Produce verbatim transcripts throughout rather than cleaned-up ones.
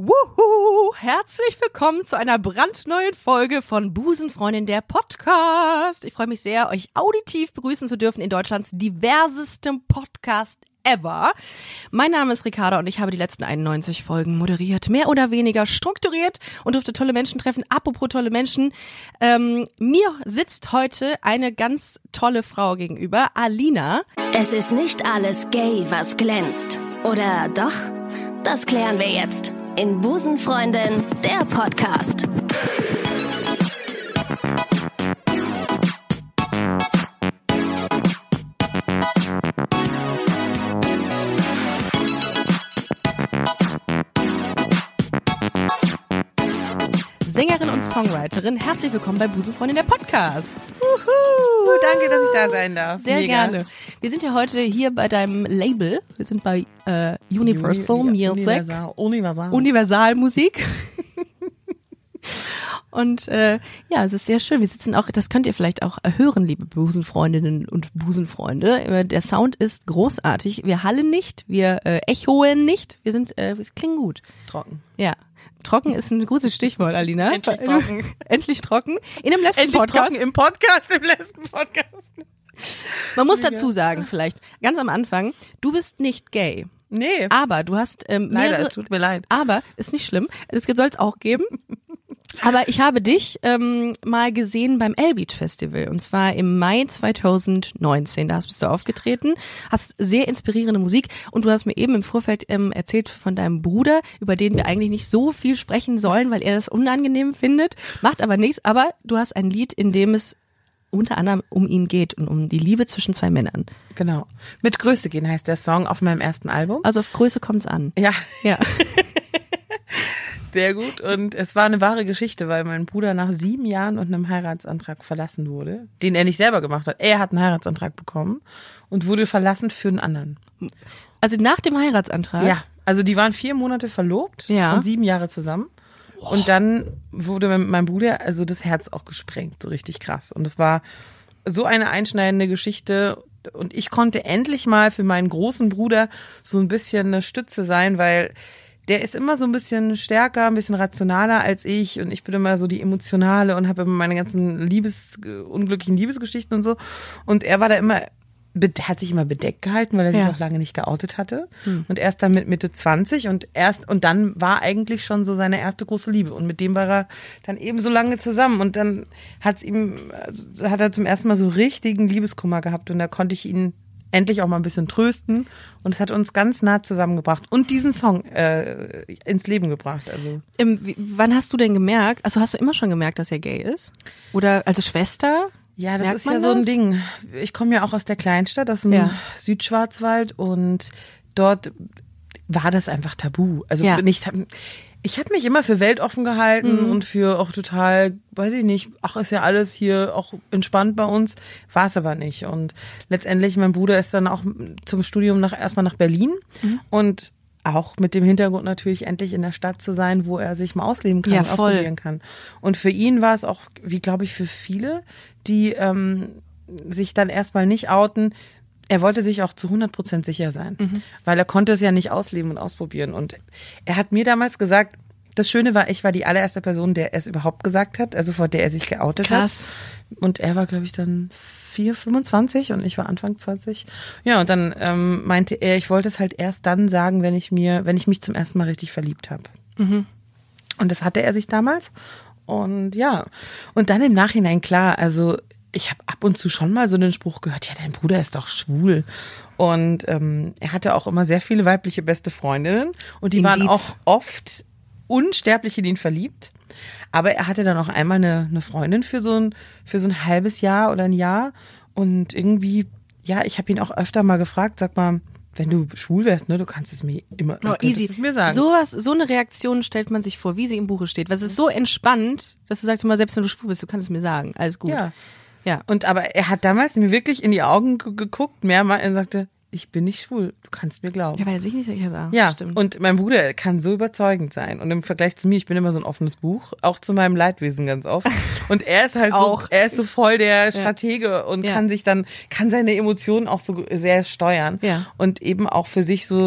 Wuhu! Herzlich willkommen zu einer brandneuen Folge von Busenfreundin, der Podcast. Ich freue mich sehr, euch auditiv begrüßen zu dürfen in Deutschlands diversestem Podcast ever. Mein Name ist Ricarda und ich habe die letzten einundneunzig Folgen moderiert, mehr oder weniger strukturiert und durfte tolle Menschen treffen. Apropos tolle Menschen, ähm, mir sitzt heute eine ganz tolle Frau gegenüber, Alina. Es ist nicht alles gay, was glänzt. Oder doch? Das klären wir jetzt in Busenfreundin, der Podcast. Sängerin und Songwriterin, herzlich willkommen bei Busenfreundin, der Podcast. Uhu, danke, dass ich da sein darf. Sehr Mega. gerne. Wir sind ja heute hier bei deinem Label. Wir sind bei äh, Universal Uni- Music. Universal. Universal. Universal Musik. Und äh, ja, es ist sehr schön. Wir sitzen auch, das könnt ihr vielleicht auch hören, liebe Busenfreundinnen und Busenfreunde. Der Sound ist großartig. Wir hallen nicht, wir äh, echoen nicht. Wir sind, äh, wir klingen gut. Trocken. Ja. Trocken ist ein gutes Stichwort, Alina. Endlich trocken. Endlich trocken. In einem letzten Endlich Podcast. trocken im Podcast, im letzten Podcast. Man muss dazu sagen, vielleicht ganz am Anfang, du bist nicht gay. Nee, Aber du hast ähm, leider, mehrere, es tut mir leid. aber ist nicht schlimm, es soll es auch geben. Aber ich habe dich ähm, mal gesehen beim L-Beat Festival und zwar im Mai zweitausendneunzehn. Da bist du aufgetreten, hast sehr inspirierende Musik und du hast mir eben im Vorfeld ähm, erzählt von deinem Bruder, über den wir eigentlich nicht so viel sprechen sollen, weil er das unangenehm findet, macht aber nichts. Aber du hast ein Lied, in dem es unter anderem um ihn geht und um die Liebe zwischen zwei Männern. Genau. Mit Größe gehen heißt der Song auf meinem ersten Album. Also auf Größe kommt's an. Ja, Ja. sehr gut. Und es war eine wahre Geschichte, weil mein Bruder nach sieben Jahren und einem Heiratsantrag verlassen wurde, den er nicht selber gemacht hat. Er hat einen Heiratsantrag bekommen und wurde verlassen für einen anderen. Also nach dem Heiratsantrag? Ja, also die waren vier Monate verlobt Ja. und sieben Jahre zusammen. Und dann wurde mein- mein Bruder, also das Herz auch gesprengt, so richtig krass. Und es war so eine einschneidende Geschichte. Und ich konnte endlich mal für meinen großen Bruder so ein bisschen eine Stütze sein, weil der ist immer so ein bisschen stärker, ein bisschen rationaler als ich. Und ich bin immer so die Emotionale und habe immer meine ganzen Liebes, unglücklichen Liebesgeschichten und so. Und er war da immer, hat sich immer bedeckt gehalten, weil er sich Ja. auch lange nicht geoutet hatte. Und erst dann mit Mitte zwanzig und erst, und dann war eigentlich schon so seine erste große Liebe. Und mit dem war er dann eben so lange zusammen. Und dann hat's ihm, also hat er zum ersten Mal so richtigen Liebeskummer gehabt. Und da konnte ich ihn endlich auch mal ein bisschen trösten. Und es hat uns ganz nah zusammengebracht und diesen Song äh, ins Leben gebracht. Also Ähm, wie, wann hast du denn gemerkt, also hast du immer schon gemerkt, dass er gay ist? Oder als Schwester? ja, das Merkt ist ja man so ein das? Ding. Ich komme ja auch aus der Kleinstadt, aus dem Ja. Südschwarzwald und dort war das einfach tabu. Also Ja. nicht, ich habe mich immer für weltoffen gehalten Mhm. und für auch total, weiß ich nicht, ach, ist ja alles hier auch entspannt bei uns, war es aber nicht. Und letztendlich, mein Bruder ist dann auch zum Studium nach, erstmal nach Berlin Mhm. und auch mit dem Hintergrund natürlich endlich in der Stadt zu sein, wo er sich mal ausleben kann, Ja, und voll. ausprobieren kann. Und für ihn war es auch, wie glaube ich, für viele, die ähm, sich dann erstmal nicht outen, er wollte sich auch zu hundert Prozent sicher sein, Mhm. weil er konnte es ja nicht ausleben und ausprobieren. Und er hat mir damals gesagt, das Schöne war, ich war die allererste Person, der es überhaupt gesagt hat, also vor der er sich geoutet Krass. hat. Und er war, glaube ich, dann vier, fünfundzwanzig und ich war Anfang zwanzig. Ja, und dann ähm, meinte er, ich wollte es halt erst dann sagen, wenn ich mir, wenn ich mich zum ersten Mal richtig verliebt habe. Mhm. Und das hatte er sich damals. Und ja, und dann im Nachhinein, klar, also ich habe ab und zu schon mal so den Spruch gehört, ja, dein Bruder ist doch schwul. Und ähm, er hatte auch immer sehr viele weibliche beste Freundinnen. Und die waren Indiz. auch oft unsterblich in ihn verliebt. Aber er hatte dann auch einmal eine, eine Freundin für so ein, für so ein halbes Jahr oder ein Jahr. Und irgendwie, ja, ich habe ihn auch öfter mal gefragt, sag mal, wenn du schwul wärst, ne, du kannst es mir immer, du Oh, könntest easy. es mir sagen. Sowas, so eine Reaktion stellt man sich vor, wie sie im Buche steht. Was ist so entspannt, dass du sagst immer, selbst wenn du schwul bist, du kannst es mir sagen. Alles gut. Ja. Ja. Und aber er hat damals mir wirklich in die Augen ge- geguckt, mehrmals und sagte, ich bin nicht schwul, du kannst mir glauben. Ja, weil er sich nicht sicher war. Ja, Stimmt. und mein Bruder kann so überzeugend sein. Und im Vergleich zu mir, ich bin immer so ein offenes Buch, auch zu meinem Leidwesen ganz oft. Und er ist halt so, Auch. er ist so voll der Stratege und Ja. kann sich dann, kann seine Emotionen auch so sehr steuern. Ja. Und eben auch für sich so,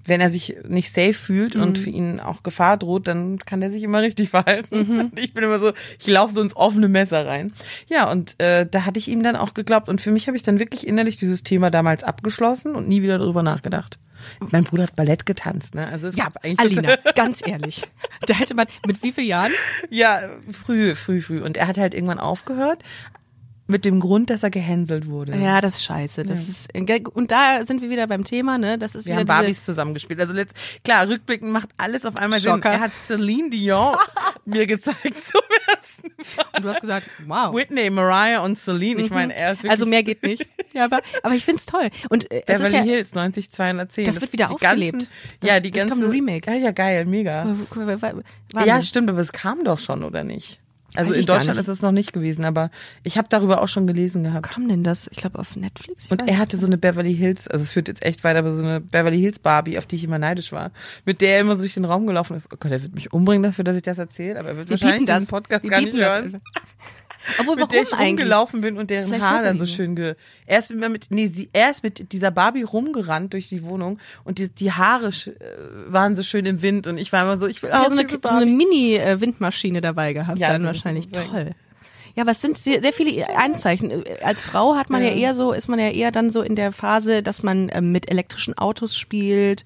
wenn er sich nicht safe fühlt mhm. und für ihn auch Gefahr droht, dann kann der sich immer richtig verhalten. Mhm. Ich bin immer so, ich laufe so ins offene Messer rein. Ja, und äh, da hatte ich ihm dann auch geglaubt. Und für mich habe ich dann wirklich innerlich dieses Thema damals abgeschlossen und nie wieder darüber nachgedacht. Mein Bruder hat Ballett getanzt, ne? Also es ja, ist eigentlich Alina, ganz ehrlich. Da hätte man, mit wie vielen Jahren? Ja, früh, früh, früh. Und er hat halt irgendwann aufgehört. Mit dem Grund, dass er gehänselt wurde. Ja, das ist scheiße. Das ja. ist, und da sind wir wieder beim Thema, ne? Das ist wir wieder haben Barbies zusammengespielt. Also letzt, klar, rückblickend macht alles auf einmal Schocker. Sinn. Er hat Celine Dion mir gezeigt zum ersten Mal. Und du hast gesagt, wow. Whitney, Mariah und Celine. Ich meine, er ist wirklich... Also mehr geht nicht. Ja, aber, aber ich find's toll. Und äh, es Beverly ist ja, Hills neunzig zweihundertzehn. Das, das wird wieder die aufgelebt. Ganzen, das, ja, die das ganzen... kommt ein Remake. Ja, ja, geil, mega. Wahnsinn. Ja, stimmt, aber es kam doch schon, oder nicht? Also Weiß in ich gar Deutschland nicht. ist es noch nicht gewesen, aber ich habe darüber auch schon gelesen gehabt. Wo kam denn das? Ich glaube auf Netflix. Ich Und weiß er nicht. hatte so eine Beverly Hills, also es führt jetzt echt weiter, aber so eine Beverly Hills Barbie, auf die ich immer neidisch war, mit der er immer so durch den Raum gelaufen ist. Oh Gott, er wird mich umbringen dafür, dass ich das erzähle, aber er wird Wir wahrscheinlich piepen das. diesen Podcast Wir gar nicht piepen das hören. einfach. Obwohl, Mit warum der ich eigentlich? rumgelaufen bin und deren Vielleicht Haar hört er dann die so nicht. schön ge... Er ist immer mit, nee, sie, er ist mit dieser Barbie rumgerannt durch die Wohnung und die, die Haare sch, äh, waren so schön im Wind und ich war immer so, ich will auch Ja, so eine, diese so eine Barbie. Mini-Windmaschine dabei gehabt, Ja, dann so wahrscheinlich. muss man Toll. Ja, aber es sind sehr, sehr viele Anzeichen. Als Frau hat man ja. ja eher so, ist man ja eher dann so in der Phase, dass man ähm, mit elektrischen Autos spielt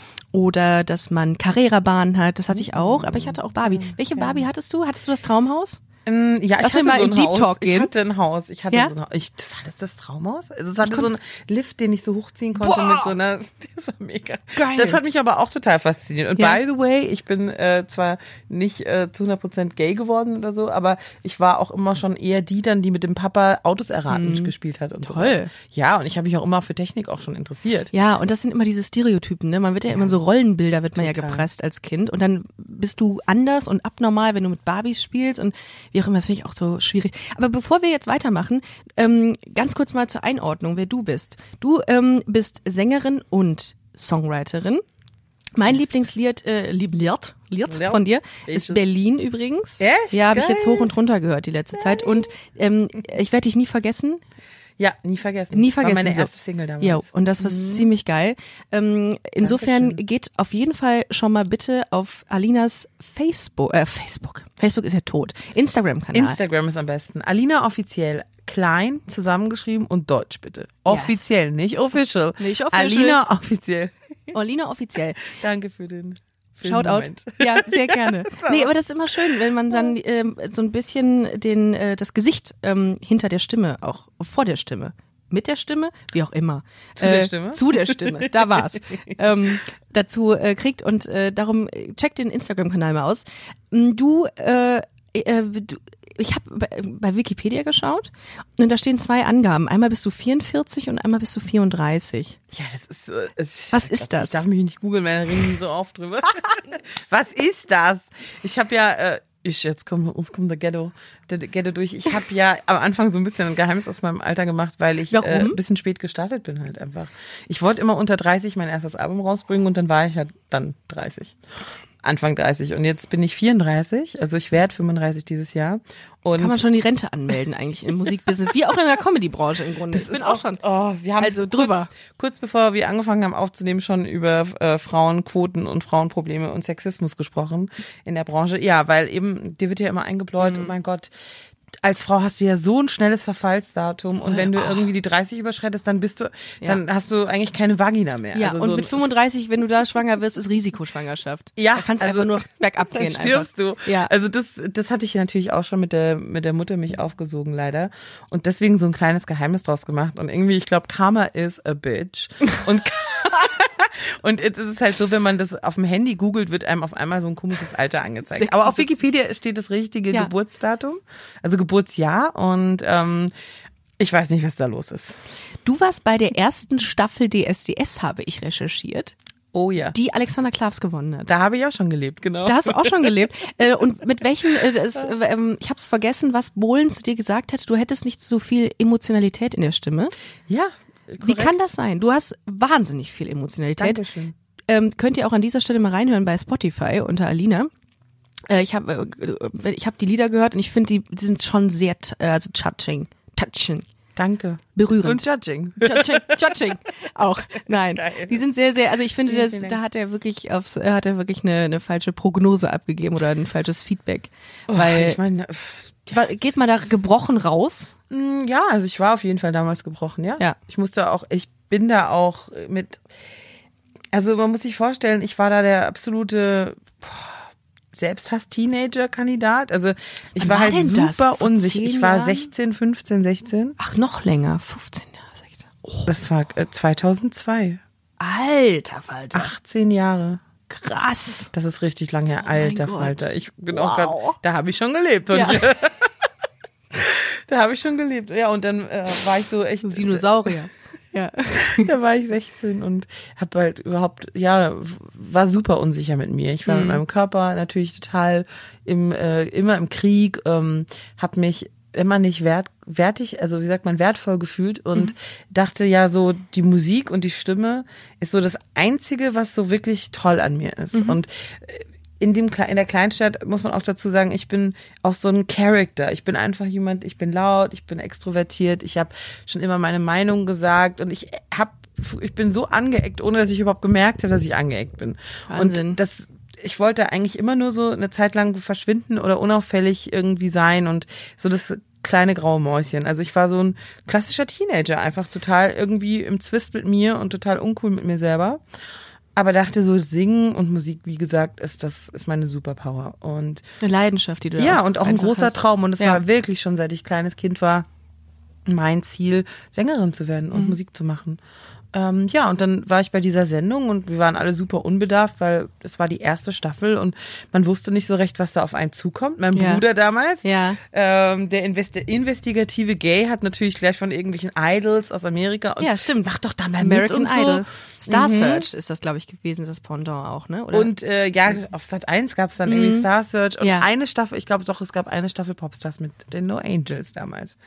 oder dass man Carrera-Bahn hat. Das hatte ich auch, aber ich hatte auch Barbie. Welche Barbie hattest du? Hattest du das Traumhaus? Ähm, ja, Lass ich hatte mir mal so in ein Deep Haus. Talk Ich gehen. hatte ein Haus. Ich hatte Ja? so ein Haus. Ich, das war das das Traumhaus? Also es hatte Ich so einen Lift, den ich so hochziehen konnte Boah. mit so einer. Das war mega. Geil. Das hat mich aber auch total fasziniert. Und Ja. by the way, ich bin äh, zwar nicht äh, zu hundert Prozent gay geworden oder so, aber ich war auch immer schon eher die dann, die mit dem Papa Autos erraten gespielt hat und so. Toll. Ja, und ich habe mich auch immer für Technik auch schon interessiert. Ja, und das sind immer diese Stereotypen, ne? Man wird ja immer so Rollenbilder wird man ja Total. gepresst als Kind und dann bist du anders und abnormal, wenn du mit Barbies spielst und wie auch immer, das finde ich auch so schwierig. Aber bevor wir jetzt weitermachen, ähm, ganz kurz mal zur Einordnung, wer du bist. Du ähm, bist Sängerin und Songwriterin. Mein Yes. Lieblingslied, äh, Lied, Lied, Lied Lied. von dir Welches? ist Berlin übrigens. Echt? Ja, habe ich Geil. jetzt hoch und runter gehört die letzte Zeit und ähm, ich werde dich nie vergessen. Ja, nie vergessen. Nie vergessen. War meine so. erste Single damals. Ja, und das war ziemlich geil. Ähm, insofern Dankeschön. geht auf jeden Fall schon mal bitte auf Alinas Facebook, äh, Facebook. Facebook ist ja tot. Instagram-Kanal. Instagram ist am besten. Alina offiziell, klein, zusammengeschrieben und deutsch bitte. Offiziell, nicht official. Nicht official. Alina offiziell. Alina offiziell. Danke für den, für den Shoutout. Moment. Ja, sehr gerne. Nee, aber das ist immer schön, wenn man dann ähm, so ein bisschen den äh, das Gesicht ähm, hinter der Stimme, auch vor der Stimme, mit der Stimme, wie auch immer. Zu der Stimme? Zu der Stimme, da war's. ähm, dazu äh, kriegt und äh, darum äh, check den Instagram-Kanal mal aus. M, Du, äh, äh, du ich habe bei, bei Wikipedia geschaut und da stehen zwei Angaben. Einmal bist du vierundvierzig und einmal bist du vierunddreißig. Ja, das ist, äh, es, Was ist das? Ich darf mich nicht googeln, weil da reden die so oft drüber. Was ist das? Ich habe ja, äh, ich, jetzt kommt, uns kommt der Ghetto, der Ghetto durch. Ich habe ja am Anfang so ein bisschen ein Geheimnis aus meinem Alter gemacht, weil ich Warum? äh, ein bisschen spät gestartet bin halt einfach. Ich wollte immer unter dreißig mein erstes Album rausbringen und dann war ich halt dann dreißig. Anfang dreißig und jetzt bin ich vierunddreißig, also ich werde fünfunddreißig dieses Jahr. Und Kann man schon die Rente anmelden eigentlich im Musikbusiness, wie auch in der Comedy-Branche im Grunde. Ich bin auch schon. Oh, wir haben Also kurz, drüber. Kurz bevor wir angefangen haben aufzunehmen, schon über äh, Frauenquoten und Frauenprobleme und Sexismus gesprochen in der Branche. Ja, weil eben, dir wird ja immer eingebläut, Mhm. oh mein Gott, als Frau hast du ja so ein schnelles Verfallsdatum und wenn du Oh. irgendwie die dreißig überschreitest, dann bist du, dann hast du eigentlich keine Vagina mehr. Ja, also und so mit fünfunddreißig, wenn du da schwanger wirst, ist Risikoschwangerschaft. Ja, da kannst du also, einfach nur bergab dann gehen. stirbst einfach. du. Ja. Also das, das hatte ich natürlich auch schon mit der, mit der Mutter mich aufgesogen, leider. Und deswegen so ein kleines Geheimnis draus gemacht. Und irgendwie, ich glaube, Karma is a bitch. Und, und jetzt ist es halt so, wenn man das auf dem Handy googelt, wird einem auf einmal so ein komisches Alter angezeigt. Aber auf Wikipedia steht das richtige Ja. Geburtsdatum, also Geburtsjahr. Und ähm, ich weiß nicht, was da los ist. Du warst bei der ersten Staffel D S D S, habe ich recherchiert, Oh ja. die Alexander Klavs gewonnen hat. Da habe ich auch schon gelebt, genau. Da hast du auch schon gelebt. Äh, Und mit welchen, äh, das, äh, ähm, ich habe es vergessen, was Bohlen zu dir gesagt hat, du hättest nicht so viel Emotionalität in der Stimme. Ja. Wie korrekt. kann das sein? Du hast wahnsinnig viel Emotionalität. Dankeschön. Ähm, könnt ihr auch an dieser Stelle mal reinhören bei Spotify unter Alina. Äh, ich habe äh, ich hab die Lieder gehört und ich finde, die, die sind schon sehr, t- äh, also touching. Touching. Danke. Berührend. Und Judging. Judging, Judging auch. Nein, Geil. die sind sehr, sehr, also ich finde, Vielen, das, vielen Dank. da hat er wirklich auf, er hat er wirklich eine, eine falsche Prognose abgegeben oder ein falsches Feedback. Oh, Weil, ich meine, pff, wa- geht man da gebrochen raus? mm, ja, also ich war auf jeden Fall damals gebrochen, ja. Ja. Ich musste auch, ich bin da auch mit, also man muss sich vorstellen, ich war da der absolute boah, Selbsthass-Teenager-Kandidat. Also ich Wann war, war halt denn das? super Vor unsicher. zehn Ich war Jahren? sechzehn, fünfzehn, sechzehn. Ach, noch länger, fünfzehn Jahre, sechzehn. Oh, Das war äh, zweitausendzwei. alter Falter. achtzehn Jahre. Krass. Das ist richtig lang her. Oh mein Alter Gott. Falter. Ich bin Wow. auch grad, da habe ich schon gelebt. Und Ja. da habe ich schon gelebt. Ja, und dann äh, war ich so echt. So Dinosaurier. Ja. Da war ich sechzehn und habe halt überhaupt, ja, war super unsicher mit mir. Ich war Mhm. mit meinem Körper natürlich total im, äh, immer im Krieg, ähm, habe mich immer nicht wert, wertig, also wie sagt man, wertvoll gefühlt und Mhm. dachte ja so, die Musik und die Stimme ist so das Einzige, was so wirklich toll an mir ist. Mhm. Und äh, in dem Kle- in der Kleinstadt muss man auch dazu sagen, ich bin auch so ein Character. Ich bin einfach jemand, ich bin laut, ich bin extrovertiert, ich habe schon immer meine Meinung gesagt und ich hab, ich bin so angeeckt, ohne dass ich überhaupt gemerkt habe, dass ich angeeckt bin. Wahnsinn. Und das, ich wollte eigentlich immer nur so eine Zeit lang verschwinden oder unauffällig irgendwie sein und so das kleine graue Mäuschen. Also ich war so ein klassischer Teenager, einfach total irgendwie im Zwist mit mir und total uncool mit mir selber. Aber dachte so, Singen und Musik, wie gesagt, ist das ist meine Superpower. Und Eine Leidenschaft, die du ja, und auch ein einfach großer hast. Traum. Und es Ja. war wirklich schon, seit ich kleines Kind war, mein Ziel, Sängerin zu werden und Mhm. Musik zu machen. Ähm, ja, und dann war ich bei dieser Sendung und wir waren alle super unbedarft, weil es war die erste Staffel und man wusste nicht so recht, was da auf einen zukommt. Mein Ja. Bruder damals, Ja. ähm, der Investi- investigative Gay, hat natürlich gleich von irgendwelchen Idols aus Amerika und Ja, stimmt. mach doch da mal American mit und so. Idol. Star Mhm. Search ist das, glaube ich, gewesen, das Pendant auch, ne? Oder? Und äh, ja, auf Sat eins gab es dann irgendwie Star Search und Ja. eine Staffel, ich glaube doch, es gab eine Staffel Popstars mit den No Angels damals.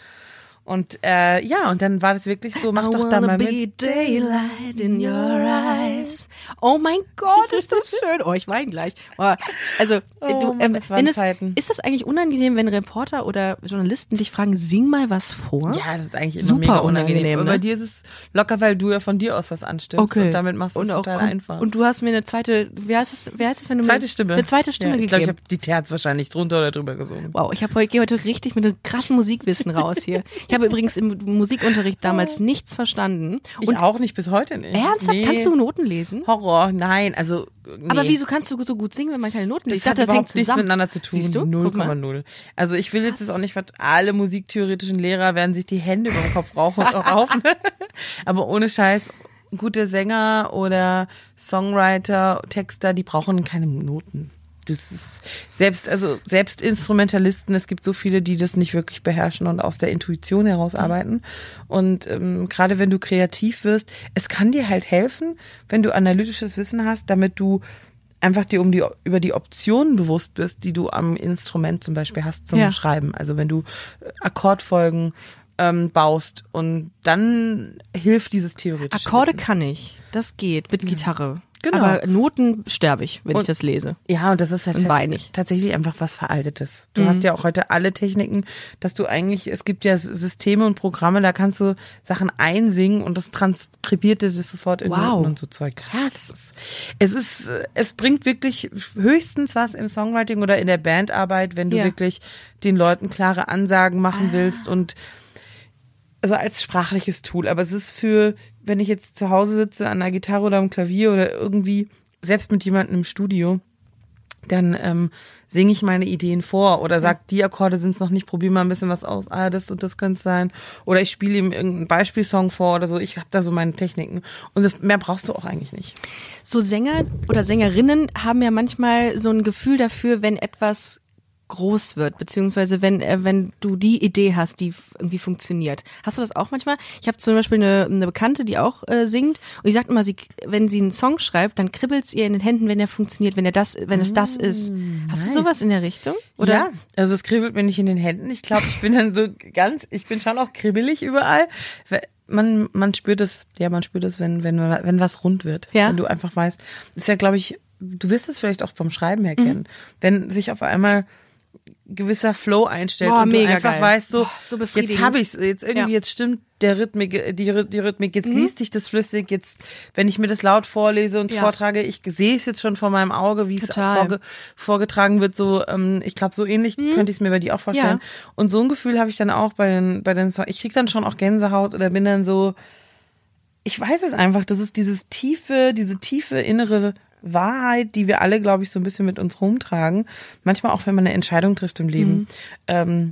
Und äh, ja, und dann war das wirklich so, mach I doch da wanna mal be mit. daylight in your eyes. Oh mein Gott, ist das schön. Oh, ich weine gleich. Oh, also, Oh, du, ähm, das waren findest, Zeiten. ist das eigentlich unangenehm, wenn Reporter oder Journalisten dich fragen, sing mal was vor? Ja, das ist eigentlich immer Super mega unangenehm. unangenehm, Aber ne? bei dir ist es locker, weil du ja von dir aus was anstimmst Okay. und damit machst du es Und auch total kom- einfach. Und du hast mir eine zweite, wie heißt es, wie heißt es, wenn du zweite mir Stimme. eine zweite Stimme ja, ich glaube, ich gegeben? habe die Terz wahrscheinlich drunter oder drüber gesungen. Wow, ich habe heute, gehe heute richtig mit einem krassen Musikwissen raus hier. Ich habe übrigens im Musikunterricht damals nichts verstanden. Ich Und auch nicht, bis heute nicht. ernsthaft, Nee. kannst du Noten lesen? Horror, nein, also nee. Aber wieso kannst du so gut singen, wenn man keine Noten liest? Das hat überhaupt nichts zusammen. miteinander zu tun. Siehst du? null Guck mal. Komma null. Also ich will jetzt das auch nicht, was alle musiktheoretischen Lehrer werden sich die Hände über den Kopf rauchen, raufen. Aber ohne Scheiß, gute Sänger oder Songwriter, Texter, die brauchen keine Noten. Das ist selbst, also selbst Instrumentalisten, es gibt so viele, die das nicht wirklich beherrschen und aus der Intuition heraus arbeiten. Und ähm, gerade wenn du kreativ wirst, es kann dir halt helfen, wenn du analytisches Wissen hast, damit du einfach dir um die über die Optionen bewusst bist, die du am Instrument zum Beispiel hast zum Ja. Schreiben. Also wenn du äh, Akkordfolgen ähm, baust und dann hilft dieses theoretische Akkorde Wissen. kann ich, das geht mit Gitarre. Genau. Aber Noten sterbe ich, wenn ich Und- das lese. Ja, und das ist halt Und tats- weine ich. tatsächlich einfach was Veraltetes. Du Mhm. hast ja auch heute alle Techniken, dass du eigentlich, es gibt ja S- Systeme und Programme, da kannst du Sachen einsingen und das transkribiert dir das sofort in Wow. Noten und so Zeug. Krass. Es ist, es ist, äh, es bringt wirklich höchstens was im Songwriting oder in der Bandarbeit, wenn du Ja. wirklich den Leuten klare Ansagen machen willst und also als sprachliches Tool, aber es ist für, wenn ich jetzt zu Hause sitze an einer Gitarre oder am Klavier oder irgendwie, selbst mit jemandem im Studio, dann ähm, singe ich meine Ideen vor oder sag, die Akkorde sind es noch nicht, probier mal ein bisschen was aus, ah, das und das könnte es sein. Oder ich spiele ihm irgendeinen Beispielsong vor oder so, ich habe da so meine Techniken. Und das, mehr brauchst du auch eigentlich nicht. So Sänger oder Sängerinnen haben ja manchmal so ein Gefühl dafür, wenn etwas groß wird, beziehungsweise wenn äh, wenn du die Idee hast, die irgendwie funktioniert. Hast du das auch manchmal? Ich habe zum Beispiel eine, eine Bekannte, die auch äh, singt und die sagt immer, sie, wenn sie einen Song schreibt, dann kribbelt es ihr in den Händen, wenn er funktioniert, wenn er das, wenn es das ist. Hast du nice. sowas in der Richtung? Oder? Ja, also es kribbelt mir nicht in den Händen. Ich glaube, ich bin dann so ganz, ich bin schon auch kribbelig überall. Man, man spürt es, ja, man spürt es, wenn, wenn, wenn was rund wird. Ja. Wenn du einfach weißt, das ist ja, glaube ich, du wirst es vielleicht auch vom Schreiben her kennen. Wenn sich auf einmal gewisser Flow einstellt Boah, und du mega einfach geil. weißt so, Boah, so befriedigend. jetzt habe ich's, jetzt irgendwie, Ja. jetzt stimmt der Rhythmik, die, Rhy- die Rhythmik, jetzt Mhm. liest sich das flüssig, jetzt, wenn ich mir das laut vorlese und Ja. vortrage, ich sehe es jetzt schon vor meinem Auge, wie es Total. vorge, vorgetragen wird, so, ähm, ich glaube, so ähnlich könnte ich es mir bei dir auch vorstellen. Ja. Und so ein Gefühl habe ich dann auch bei den, bei den Songs, ich krieg dann schon auch Gänsehaut oder bin dann so, ich weiß es einfach, das ist dieses tiefe, diese tiefe innere Wahrheit, die wir alle, glaube ich, so ein bisschen mit uns rumtragen. Manchmal auch, wenn man eine Entscheidung trifft im Leben, Mhm. ähm,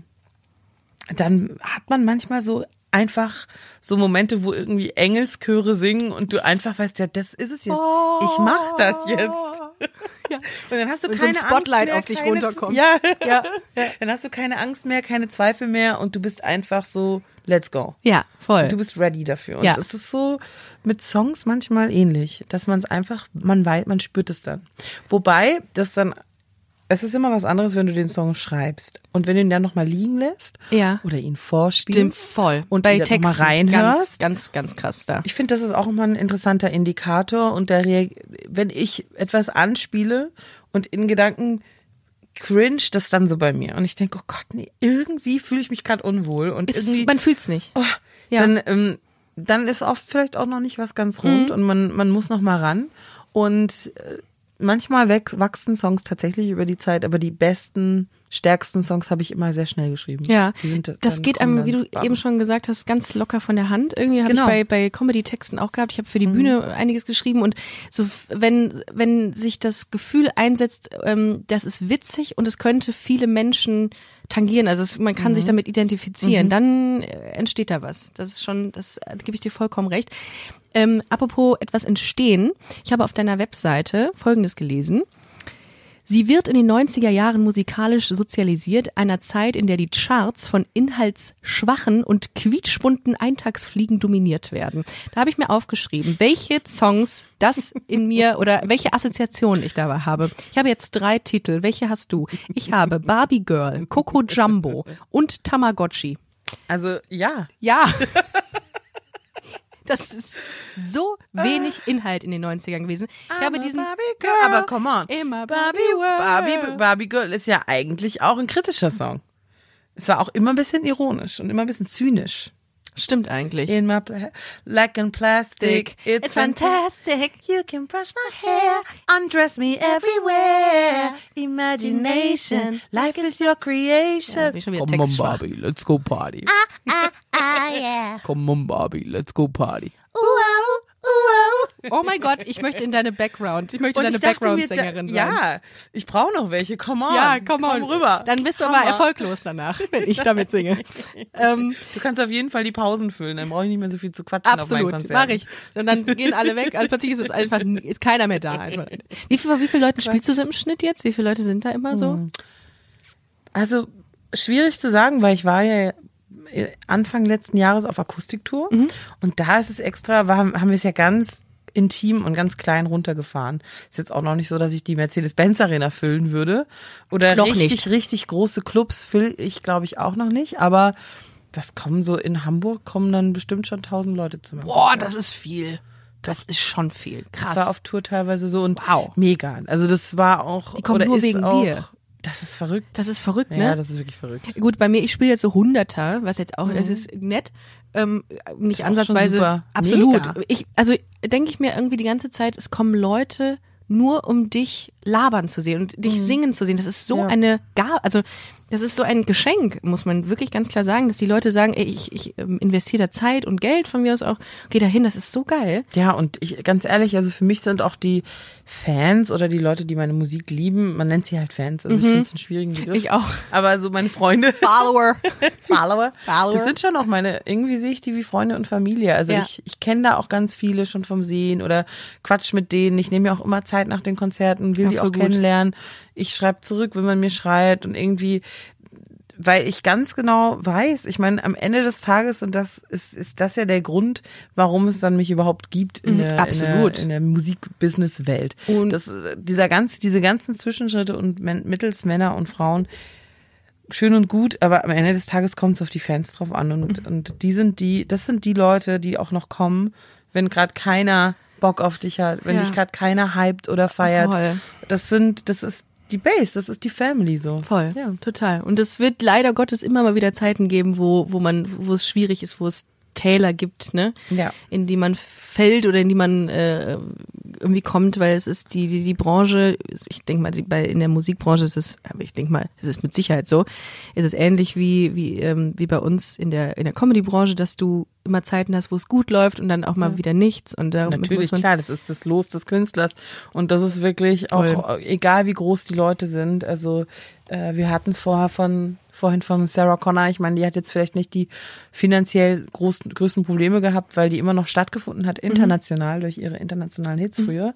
dann hat man manchmal so einfach so Momente, wo irgendwie Engelschöre singen und du einfach weißt, ja, das ist es jetzt. Ich mach das jetzt. Ja. Und dann hast du Und so ein keine Spotlight Angst mehr, auf dich keine, runterkommt. Ja. Ja. Dann hast du keine Angst mehr, keine Zweifel mehr und du bist einfach so, let's go. Ja, voll. Du bist ready dafür. Und Ja. es ist so mit Songs manchmal ähnlich, dass man es einfach, man weiß, man spürt es dann. Wobei, das dann, es ist immer was anderes, wenn du den Song schreibst. Und wenn du ihn dann nochmal liegen lässt Ja. oder ihn vorspielst. Stimmt, voll. Und bei wieder noch mal Texten reinhörst. Ganz, ganz, ganz krass da. Ich finde, das ist auch immer ein interessanter Indikator. Und der, Rea- wenn ich etwas anspiele und in Gedanken cringe das dann so bei mir. Und ich denke, oh Gott, nee, irgendwie fühle ich mich gerade unwohl. Und Ist, irgendwie, man fühlt's nicht. oh, Ja. dann, ähm, dann ist oft vielleicht auch noch nicht was ganz rund Mhm. und man, man muss noch mal ran. Und äh, manchmal wächst, wachsen Songs tatsächlich über die Zeit, aber die besten, stärksten Songs habe ich immer sehr schnell geschrieben. Ja, Die sind dann- das geht kommen einem, wie dann du bam. eben schon gesagt hast, ganz locker von der Hand. Irgendwie habe Genau. ich bei, bei Comedy-Texten auch gehabt. Ich habe für die Bühne einiges geschrieben und so, f- wenn, wenn sich das Gefühl einsetzt, ähm, das ist witzig und es könnte viele Menschen tangieren, also es, man kann sich damit identifizieren, dann äh, entsteht da was. Das ist schon, das äh, gebe ich dir vollkommen recht. Ähm, apropos etwas entstehen, ich habe auf deiner Webseite Folgendes gelesen. Sie wird in den neunziger Jahren musikalisch sozialisiert, einer Zeit, in der die Charts von inhaltsschwachen und quietschbunten Eintagsfliegen dominiert werden. Da habe ich mir aufgeschrieben, welche Songs das in mir oder welche Assoziationen ich dabei habe. Ich habe jetzt drei Titel. Welche hast du? Ich habe Barbie Girl, Coco Jumbo und Tamagotchi. Also, ja. Ja. Das ist so wenig Inhalt in den neunzigern gewesen. Ich habe diesen Barbie Girl. Aber come on. Immer Barbie, Barbie World. Barbie, Barbie Girl ist ja eigentlich auch ein kritischer Song. Es war auch immer ein bisschen ironisch und immer ein bisschen zynisch. Stimmt eigentlich. In my pla- like in plastic, it's, fantastic. You can brush my hair, undress me everywhere. Imagination, life is your Ja, creation. bin schon wieder Come on, textschwach. Barbie, let's go party. Ah, yeah. Come on, Barbie, let's go party. Uh, uh, uh. Oh mein Gott, ich möchte in deine Background. Ich möchte Und deine ich dachte mir, Background-Sängerin da, sein. ja, ich brauche noch welche. Come on. Ja, komm on. Komm rüber. Dann bist du Komm aber mal. erfolglos danach, wenn ich damit singe. ähm, Du kannst auf jeden Fall die Pausen füllen, dann brauche ich nicht mehr so viel zu quatschen auf absolut, meinen Konzerten. mache ich. Und dann gehen alle weg, also plötzlich ist es einfach, ist keiner mehr da. Einfach. Wie viel, wie viele Leute spielst du so im Schnitt jetzt? Wie viele Leute sind da immer so? Also schwierig zu sagen, weil ich war ja Anfang letzten Jahres auf Akustiktour Mhm. und da ist es extra, war, haben wir es ja ganz intim und ganz klein runtergefahren. Ist jetzt auch noch nicht so, dass ich die Mercedes-Benz Arena füllen würde oder Noch richtig, nicht. richtig große Clubs fülle ich, glaube ich, auch noch nicht, aber was kommen so in Hamburg, kommen dann bestimmt schon tausend Leute zu mir. Boah, das ist viel. Das ist schon viel. Krass. Das war auf Tour teilweise so und Wow. mega. Also das war auch Die kommen oder nur ist wegen auch, dir. Das ist verrückt. Das ist verrückt, ne? Ja, das ist wirklich verrückt. Gut, bei mir, ich spiele jetzt so Hunderter, was jetzt auch, das ist nett, ähm, nicht Ist auch ansatzweise, schon super. absolut. Mega. Ich, also denke ich mir irgendwie die ganze Zeit, es kommen Leute nur um dich labern zu sehen und dich singen zu sehen. Das ist so Ja. eine Gabe, also das ist so ein Geschenk, muss man wirklich ganz klar sagen, dass die Leute sagen, ey, ich, ich ähm, investiere da Zeit und Geld von mir aus auch, geh da hin, das ist so geil. Ja, und ich, ganz ehrlich, also für mich sind auch die Fans oder die Leute, die meine Musik lieben, man nennt sie halt Fans, also ich finde es einen schwierigen Begriff. Ich auch. Aber so meine Freunde, Follower. Follower, Follower. das sind schon auch meine, irgendwie sehe ich die wie Freunde und Familie. Also Ja. ich, ich kenne da auch ganz viele schon vom Sehen oder quatsch mit denen. Ich nehme mir auch immer Zeit nach den Konzerten, will Ja, die voll auch gut. kennenlernen. Ich schreibe zurück, wenn man mir schreibt und irgendwie, weil ich ganz genau weiß, ich meine, am Ende des Tages, und das ist, ist das ja der Grund, warum es dann mich überhaupt gibt in Mhm, der, absolut. in der, in der Musik-Business-Welt. Und- Das, dieser ganz, diese ganzen Zwischenschritte und men, mittels Männer und Frauen, schön und gut, aber am Ende des Tages kommt es auf die Fans drauf an und, Mhm. und die sind die, das sind die Leute, die auch noch kommen, wenn gerade keiner Bock auf dich hat, wenn Ja. dich gerade keiner hypt oder feiert. Voll. Das sind, das ist die Base, das ist die Family so. Voll, Ja. total. Und es wird leider Gottes immer mal wieder Zeiten geben, wo, wo man, wo es schwierig ist, wo es Täler gibt, ne? Ja. In die man fällt oder in die man äh, irgendwie kommt, weil es ist die die die Branche, ich denke mal, die, bei in der Musikbranche ist es, aber ich denke mal, es ist mit Sicherheit so, ist es ähnlich wie wie ähm, wie bei uns in der in der Comedy-Branche, dass du immer Zeiten hast, wo es gut läuft und dann auch mal ja. wieder nichts. Und damit natürlich, muss man klar, das ist das Los des Künstlers und das ist wirklich auch, Voll. egal wie groß die Leute sind, also äh, wir hatten es vorher von vorhin von Sarah Connor, ich meine, die hat jetzt vielleicht nicht die finanziell großen, größten Probleme gehabt, weil die immer noch stattgefunden hat, international, mhm. durch ihre internationalen Hits mhm. früher.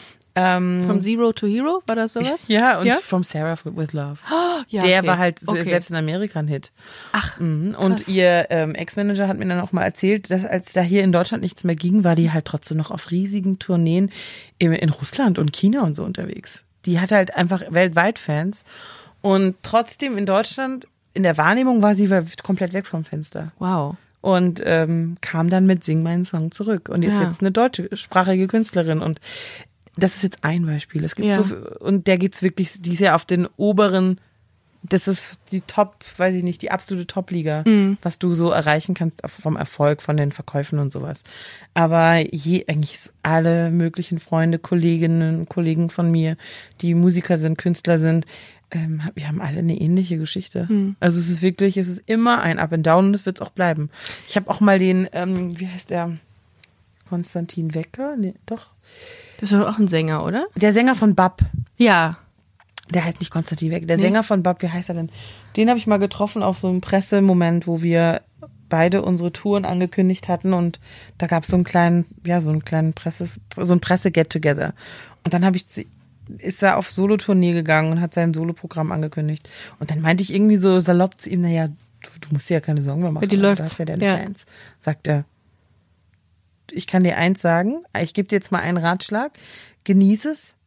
Ähm, From Zero to Hero, war das sowas? Ja, und ja? From Sarah with Love. Oh, ja, Der okay. war halt okay. selbst in Amerika ein Hit. Ach, mhm. Und ihr ähm, Ex-Manager hat mir dann auch mal erzählt, dass als da hier in Deutschland nichts mehr ging, war die halt trotzdem noch auf riesigen Tourneen in, in Russland und China und so unterwegs. Die hat halt einfach weltweit Fans und trotzdem in Deutschland in der Wahrnehmung war sie komplett weg vom Fenster. Wow. Und ähm, kam dann mit Sing meinen Song zurück und ist ja. jetzt eine deutschsprachige Künstlerin und das ist jetzt ein Beispiel. Es gibt ja. so viel, und der geht's wirklich, die ist ja auf den oberen, das ist die Top, weiß ich nicht, die absolute Top-Liga, mhm. was du so erreichen kannst vom Erfolg, von den Verkäufen und sowas. Aber je, eigentlich alle möglichen Freunde, Kolleginnen, Kollegen von mir, die Musiker sind, Künstler sind, ähm, wir haben alle eine ähnliche Geschichte. Mhm. Also es ist wirklich, es ist immer ein Up and Down und es wird es auch bleiben. Ich habe auch mal den, ähm, wie heißt der, Konstantin Wecker? Nee, doch. Das ist doch auch ein Sänger, oder? Der Sänger von Bab. Ja. Der heißt nicht Konstantin Wecker. Der nee. Sänger von Bab, wie heißt er denn? Den habe ich mal getroffen auf so einem Pressemoment, wo wir beide unsere Touren angekündigt hatten und da gab es so einen kleinen, ja, so einen kleinen Presses, so ein Presse-Get-Together. Und dann habe ich, ist er auf Solo-Tournee gegangen und hat sein Soloprogramm angekündigt. Und dann meinte ich irgendwie so salopp zu ihm, naja, du, du musst dir ja keine Sorgen mehr machen. Die also, läuft's. Du hast ja deine ja. Fans. Sagt er, ich kann dir eins sagen, ich gebe dir jetzt mal einen Ratschlag, genieß es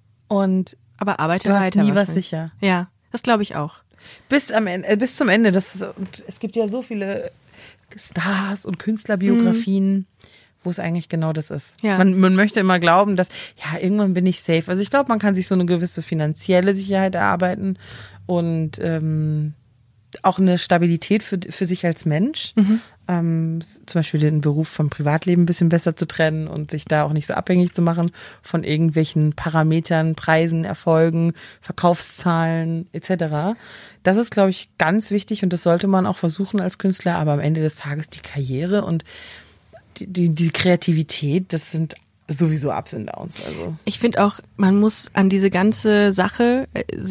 und aber arbeite du hast weiter. nie was sicher. Ja, das glaube ich auch. Bis am Ende, bis zum Ende. Das ist, und es gibt ja so viele Stars und Künstlerbiografien, mhm. wo es eigentlich genau das ist. Ja. Man, man möchte immer glauben, dass, ja, irgendwann bin ich safe. Also ich glaube, man kann sich so eine gewisse finanzielle Sicherheit erarbeiten und ähm, auch eine Stabilität für, für sich als Mensch. Mhm. Ähm, zum Beispiel den Beruf vom Privatleben ein bisschen besser zu trennen und sich da auch nicht so abhängig zu machen von irgendwelchen Parametern, Preisen, Erfolgen, Verkaufszahlen et cetera. Das ist, glaube ich, ganz wichtig und das sollte man auch versuchen als Künstler, aber am Ende des Tages die Karriere und die, die, die Kreativität, das sind sowieso Ups und Downs. Also. Ich finde auch, man muss an diese ganze Sache,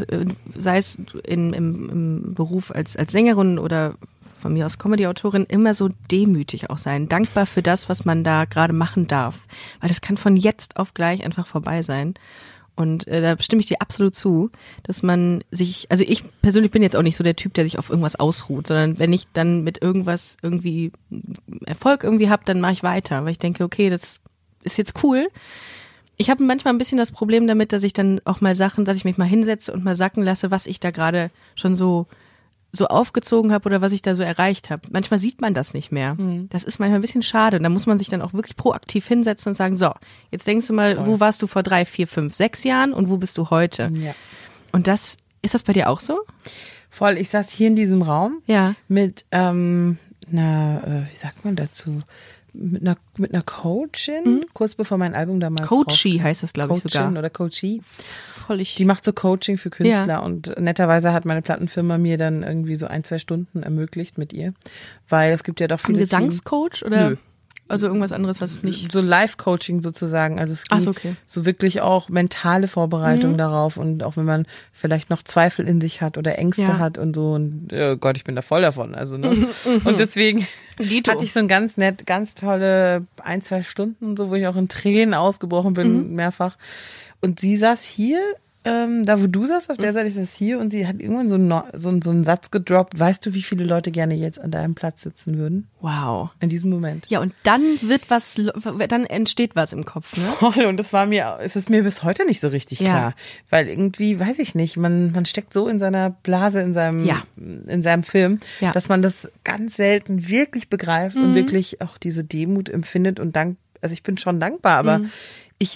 sei es in, im, im Beruf als, als Sängerin oder von mir aus Comedy-Autorin, immer so demütig auch sein, dankbar für das, was man da gerade machen darf. Weil das kann von jetzt auf gleich einfach vorbei sein. Und äh, da stimme ich dir absolut zu, dass man sich, also ich persönlich bin jetzt auch nicht so der Typ, der sich auf irgendwas ausruht, sondern wenn ich dann mit irgendwas irgendwie Erfolg irgendwie habe, dann mache ich weiter, weil ich denke, okay, das ist jetzt cool. Ich habe manchmal ein bisschen das Problem damit, dass ich dann auch mal Sachen, dass ich mich mal hinsetze und mal sacken lasse, was ich da gerade schon so so aufgezogen habe oder was ich da so erreicht habe. Manchmal sieht man das nicht mehr. Mhm. Das ist manchmal ein bisschen schade. Da muss man sich dann auch wirklich proaktiv hinsetzen und sagen, so, jetzt denkst du mal, Voll. Wo warst du vor drei, vier, fünf, sechs Jahren und wo bist du heute? Ja. Und das, ist das bei dir auch so? Voll, ich saß hier in diesem Raum ja. mit ähm, einer, äh, wie sagt man dazu, mit einer, mit einer Coachin, mhm. kurz bevor mein Album damals Coachie heißt das, glaube ich, sogar. Coachin oder Coachie. Voll ich. Die macht so Coaching für Künstler ja. und netterweise hat meine Plattenfirma mir dann irgendwie so ein, zwei Stunden ermöglicht mit ihr, weil es gibt ja doch viele Ein Gesangscoach oder? Nö. Also irgendwas anderes, was es nicht... So Live-Coaching sozusagen. Also es ging so, okay. so wirklich auch mentale Vorbereitung mhm. darauf und auch wenn man vielleicht noch Zweifel in sich hat oder Ängste ja. hat und so und oh Gott, ich bin da voll davon. Also ne? Und deswegen Dito. hatte ich so ein ganz nett, ganz tolle ein, zwei Stunden, so wo ich auch in Tränen ausgebrochen bin, mhm. mehrfach. Und sie saß hier, ähm, da wo du saßt, auf der Seite ist das hier und sie hat irgendwann so, no, so, so einen Satz gedroppt. Weißt du, wie viele Leute gerne jetzt an deinem Platz sitzen würden? Wow. In diesem Moment. Ja, und dann wird was, dann entsteht was im Kopf, ne? Voll, und das war mir, es ist mir bis heute nicht so richtig ja. klar. Weil irgendwie, weiß ich nicht, man, man steckt so in seiner Blase, in seinem, ja. in seinem Film, ja. dass man das ganz selten wirklich begreift mhm. und wirklich auch diese Demut empfindet und dank, also ich bin schon dankbar, aber mhm. ich habe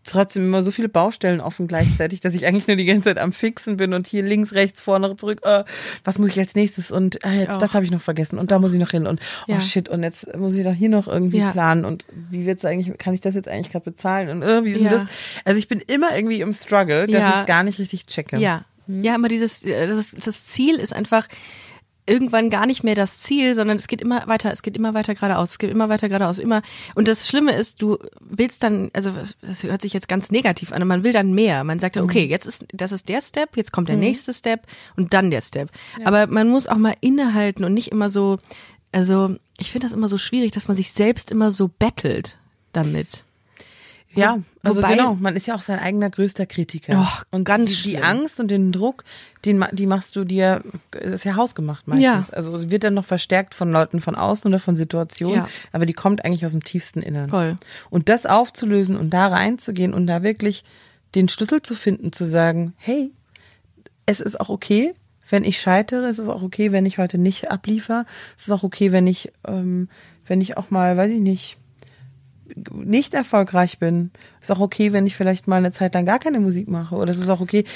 trotzdem immer so viele Baustellen offen gleichzeitig, dass ich eigentlich nur die ganze Zeit am Fixen bin und hier links, rechts, vorne, zurück, äh, was muss ich als nächstes und äh, jetzt das habe ich noch vergessen und da muss ich noch hin und ja. oh shit und jetzt muss ich doch hier noch irgendwie ja. planen und wie wird's eigentlich, kann ich das jetzt eigentlich gerade bezahlen und irgendwie ist ja. das, also ich bin immer irgendwie im Struggle, dass ja. ich es gar nicht richtig checke. Ja, hm. ja, immer dieses, das, das Ziel ist einfach irgendwann gar nicht mehr das Ziel, sondern es geht immer weiter, es geht immer weiter geradeaus, es geht immer weiter geradeaus, immer. Und das Schlimme ist, du willst dann, also das hört sich jetzt ganz negativ an, man will dann mehr. Man sagt dann, okay, jetzt ist, das ist der Step, jetzt kommt der mhm. nächste Step und dann der Step. Ja. Aber man muss auch mal innehalten und nicht immer so, also ich finde das immer so schwierig, dass man sich selbst immer so battelt damit. Ja, also Wobei, genau, man ist ja auch sein eigener größter Kritiker. Oh, und ganz die, die schlimm. Angst und den Druck, den die machst du dir, das ist ja hausgemacht meistens. Ja. Also wird dann noch verstärkt von Leuten von außen oder von Situationen, Ja. aber die kommt eigentlich aus dem tiefsten Innern. Voll. Und das aufzulösen und da reinzugehen und da wirklich den Schlüssel zu finden, zu sagen, hey, es ist auch okay, wenn ich scheitere, es ist auch okay, wenn ich heute nicht abliefer, es ist auch okay, wenn ich, ähm, wenn ich auch mal, weiß ich nicht, nicht erfolgreich bin. Ist auch okay, wenn ich vielleicht mal eine Zeit lang gar keine Musik mache. Oder es ist auch okay.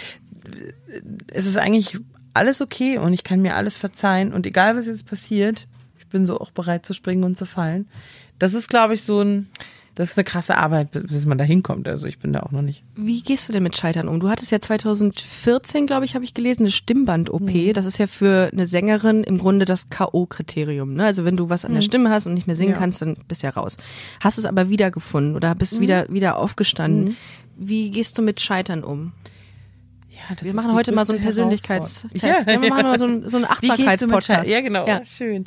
Es ist eigentlich alles okay und ich kann mir alles verzeihen. Und egal, was jetzt passiert, ich bin so auch bereit zu springen und zu fallen. Das ist, glaube ich, so ein, das ist eine krasse Arbeit, bis man da hinkommt. Also ich bin da auch noch nicht. Wie gehst du denn mit Scheitern um? Du hattest ja zwanzig vierzehn, glaube ich, habe ich gelesen, eine Stimmband-O P. Mhm. Das ist ja für eine Sängerin im Grunde das K O-Kriterium. Ne? Also wenn du was an der Stimme hast und nicht mehr singen ja. kannst, dann bist du ja raus. Hast es aber wiedergefunden oder bist mhm. wieder wieder aufgestanden. Mhm. Wie gehst du mit Scheitern um? Ja, das wir ist machen heute mal so einen Persönlichkeitstest. Ja, ja, wir machen mal so einen, so einen Achtsamkeitspodcast. Ja, genau. Ja. Schön.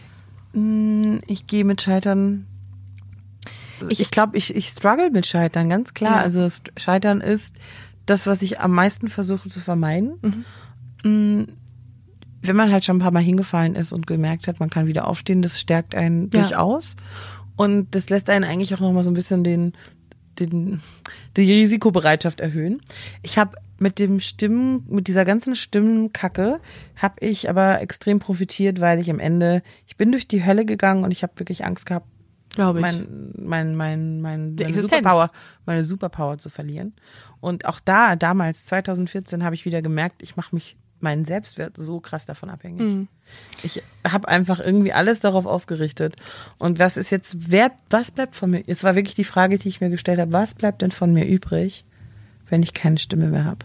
Ich gehe mit Scheitern... Ich, ich glaube, ich, ich struggle mit Scheitern, ganz klar. Ja. Also Scheitern ist das, was ich am meisten versuche zu vermeiden. Mhm. Wenn man halt schon ein paar Mal hingefallen ist und gemerkt hat, man kann wieder aufstehen, das stärkt einen ja. durchaus. Und das lässt einen eigentlich auch nochmal so ein bisschen den, den, die Risikobereitschaft erhöhen. Ich habe mit dem Stimmen, mit dieser ganzen Stimmenkacke habe ich aber extrem profitiert, weil ich am Ende, ich bin durch die Hölle gegangen und ich habe wirklich Angst gehabt, glaube ich. Mein, mein, mein, mein, meine Superpower, meine Superpower zu verlieren. Und auch da, damals, zwanzig vierzehn, habe ich wieder gemerkt, ich mache mich, meinen Selbstwert so krass davon abhängig. Mhm. Ich habe einfach irgendwie alles darauf ausgerichtet. Und was ist jetzt, wer, was bleibt von mir? Es war wirklich die Frage, die ich mir gestellt habe, was bleibt denn von mir übrig, wenn ich keine Stimme mehr habe?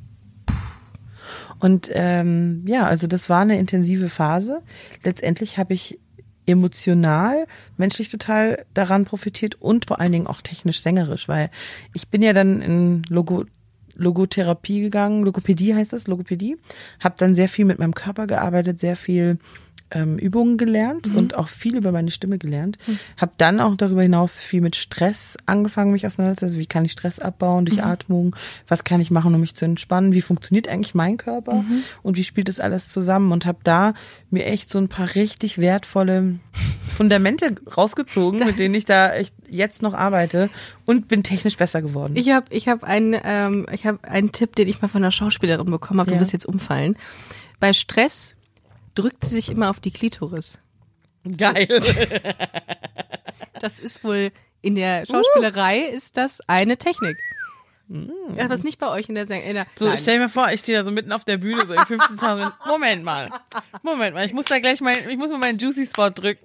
Und ähm, ja, also das war eine intensive Phase. Letztendlich habe ich emotional, menschlich total daran profitiert und vor allen Dingen auch technisch sängerisch, weil ich bin ja dann in Logo, Logotherapie gegangen, Logopädie heißt das, Logopädie, habe dann sehr viel mit meinem Körper gearbeitet, sehr viel ähm, Übungen gelernt mhm. und auch viel über meine Stimme gelernt. Mhm. Habe dann auch darüber hinaus viel mit Stress angefangen, mich auseinanderzusetzen. Also wie kann ich Stress abbauen durch mhm. Atmung? Was kann ich machen, um mich zu entspannen? Wie funktioniert eigentlich mein Körper? Mhm. Und wie spielt das alles zusammen? Und habe da mir echt so ein paar richtig wertvolle Fundamente rausgezogen, mit denen ich da echt jetzt noch arbeite und bin technisch besser geworden. Ich habe ich hab einen, ähm, ich hab einen Tipp, den ich mal von einer Schauspielerin bekommen habe. Du Ja. wirst jetzt umfallen. Bei Stress drückt sie sich immer auf die Klitoris. Geil. Das ist wohl in der Schauspielerei uh. ist das eine Technik. Mm. Ja, aber ist nicht bei euch in der Sänger. So, Nein. stell dir mal vor, ich stehe da so mitten auf der Bühne, so in fünfzehntausend. Moment mal. Moment mal, ich muss da gleich mal, ich muss mal meinen Juicy Spot drücken.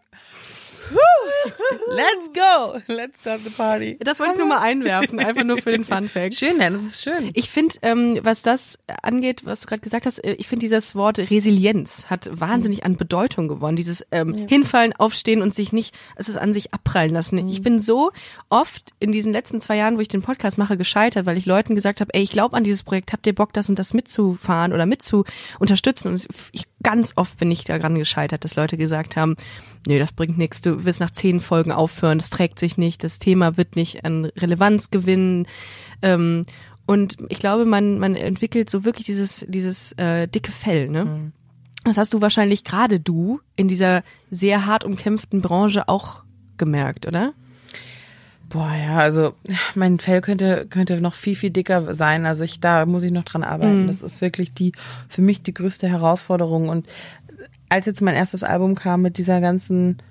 Let's go. Let's start the party. Das wollte ich nur mal einwerfen, einfach nur für den Fun Fact. Schön, ja, das ist schön. Ich finde, ähm, was das angeht, was du gerade gesagt hast, ich finde dieses Wort Resilienz hat wahnsinnig an Bedeutung gewonnen. Dieses ähm, ja. Hinfallen, aufstehen und sich nicht, es ist an sich abprallen lassen. Mhm. Ich bin so oft in diesen letzten zwei Jahren, wo ich den Podcast mache, gescheitert, weil ich Leuten gesagt habe, ey, ich glaube an dieses Projekt, habt ihr Bock, das und das mitzufahren oder mitzu unterstützen? Und ich, ganz oft bin ich daran gescheitert, dass Leute gesagt haben, nee, das bringt nichts, du wirst nach zehn Folgen aufhören, das trägt sich nicht, das Thema wird nicht an Relevanz gewinnen. Ähm, und ich glaube, man man entwickelt so wirklich dieses dieses äh, dicke Fell, ne? Mhm. Das hast du wahrscheinlich gerade du in dieser sehr hart umkämpften Branche auch gemerkt, oder? Boah, ja, also mein Fell könnte könnte noch viel, viel dicker sein. Also ich da muss ich noch dran arbeiten. Mhm. Das ist wirklich die für mich die größte Herausforderung. Und als jetzt mein erstes Album kam mit dieser ganzen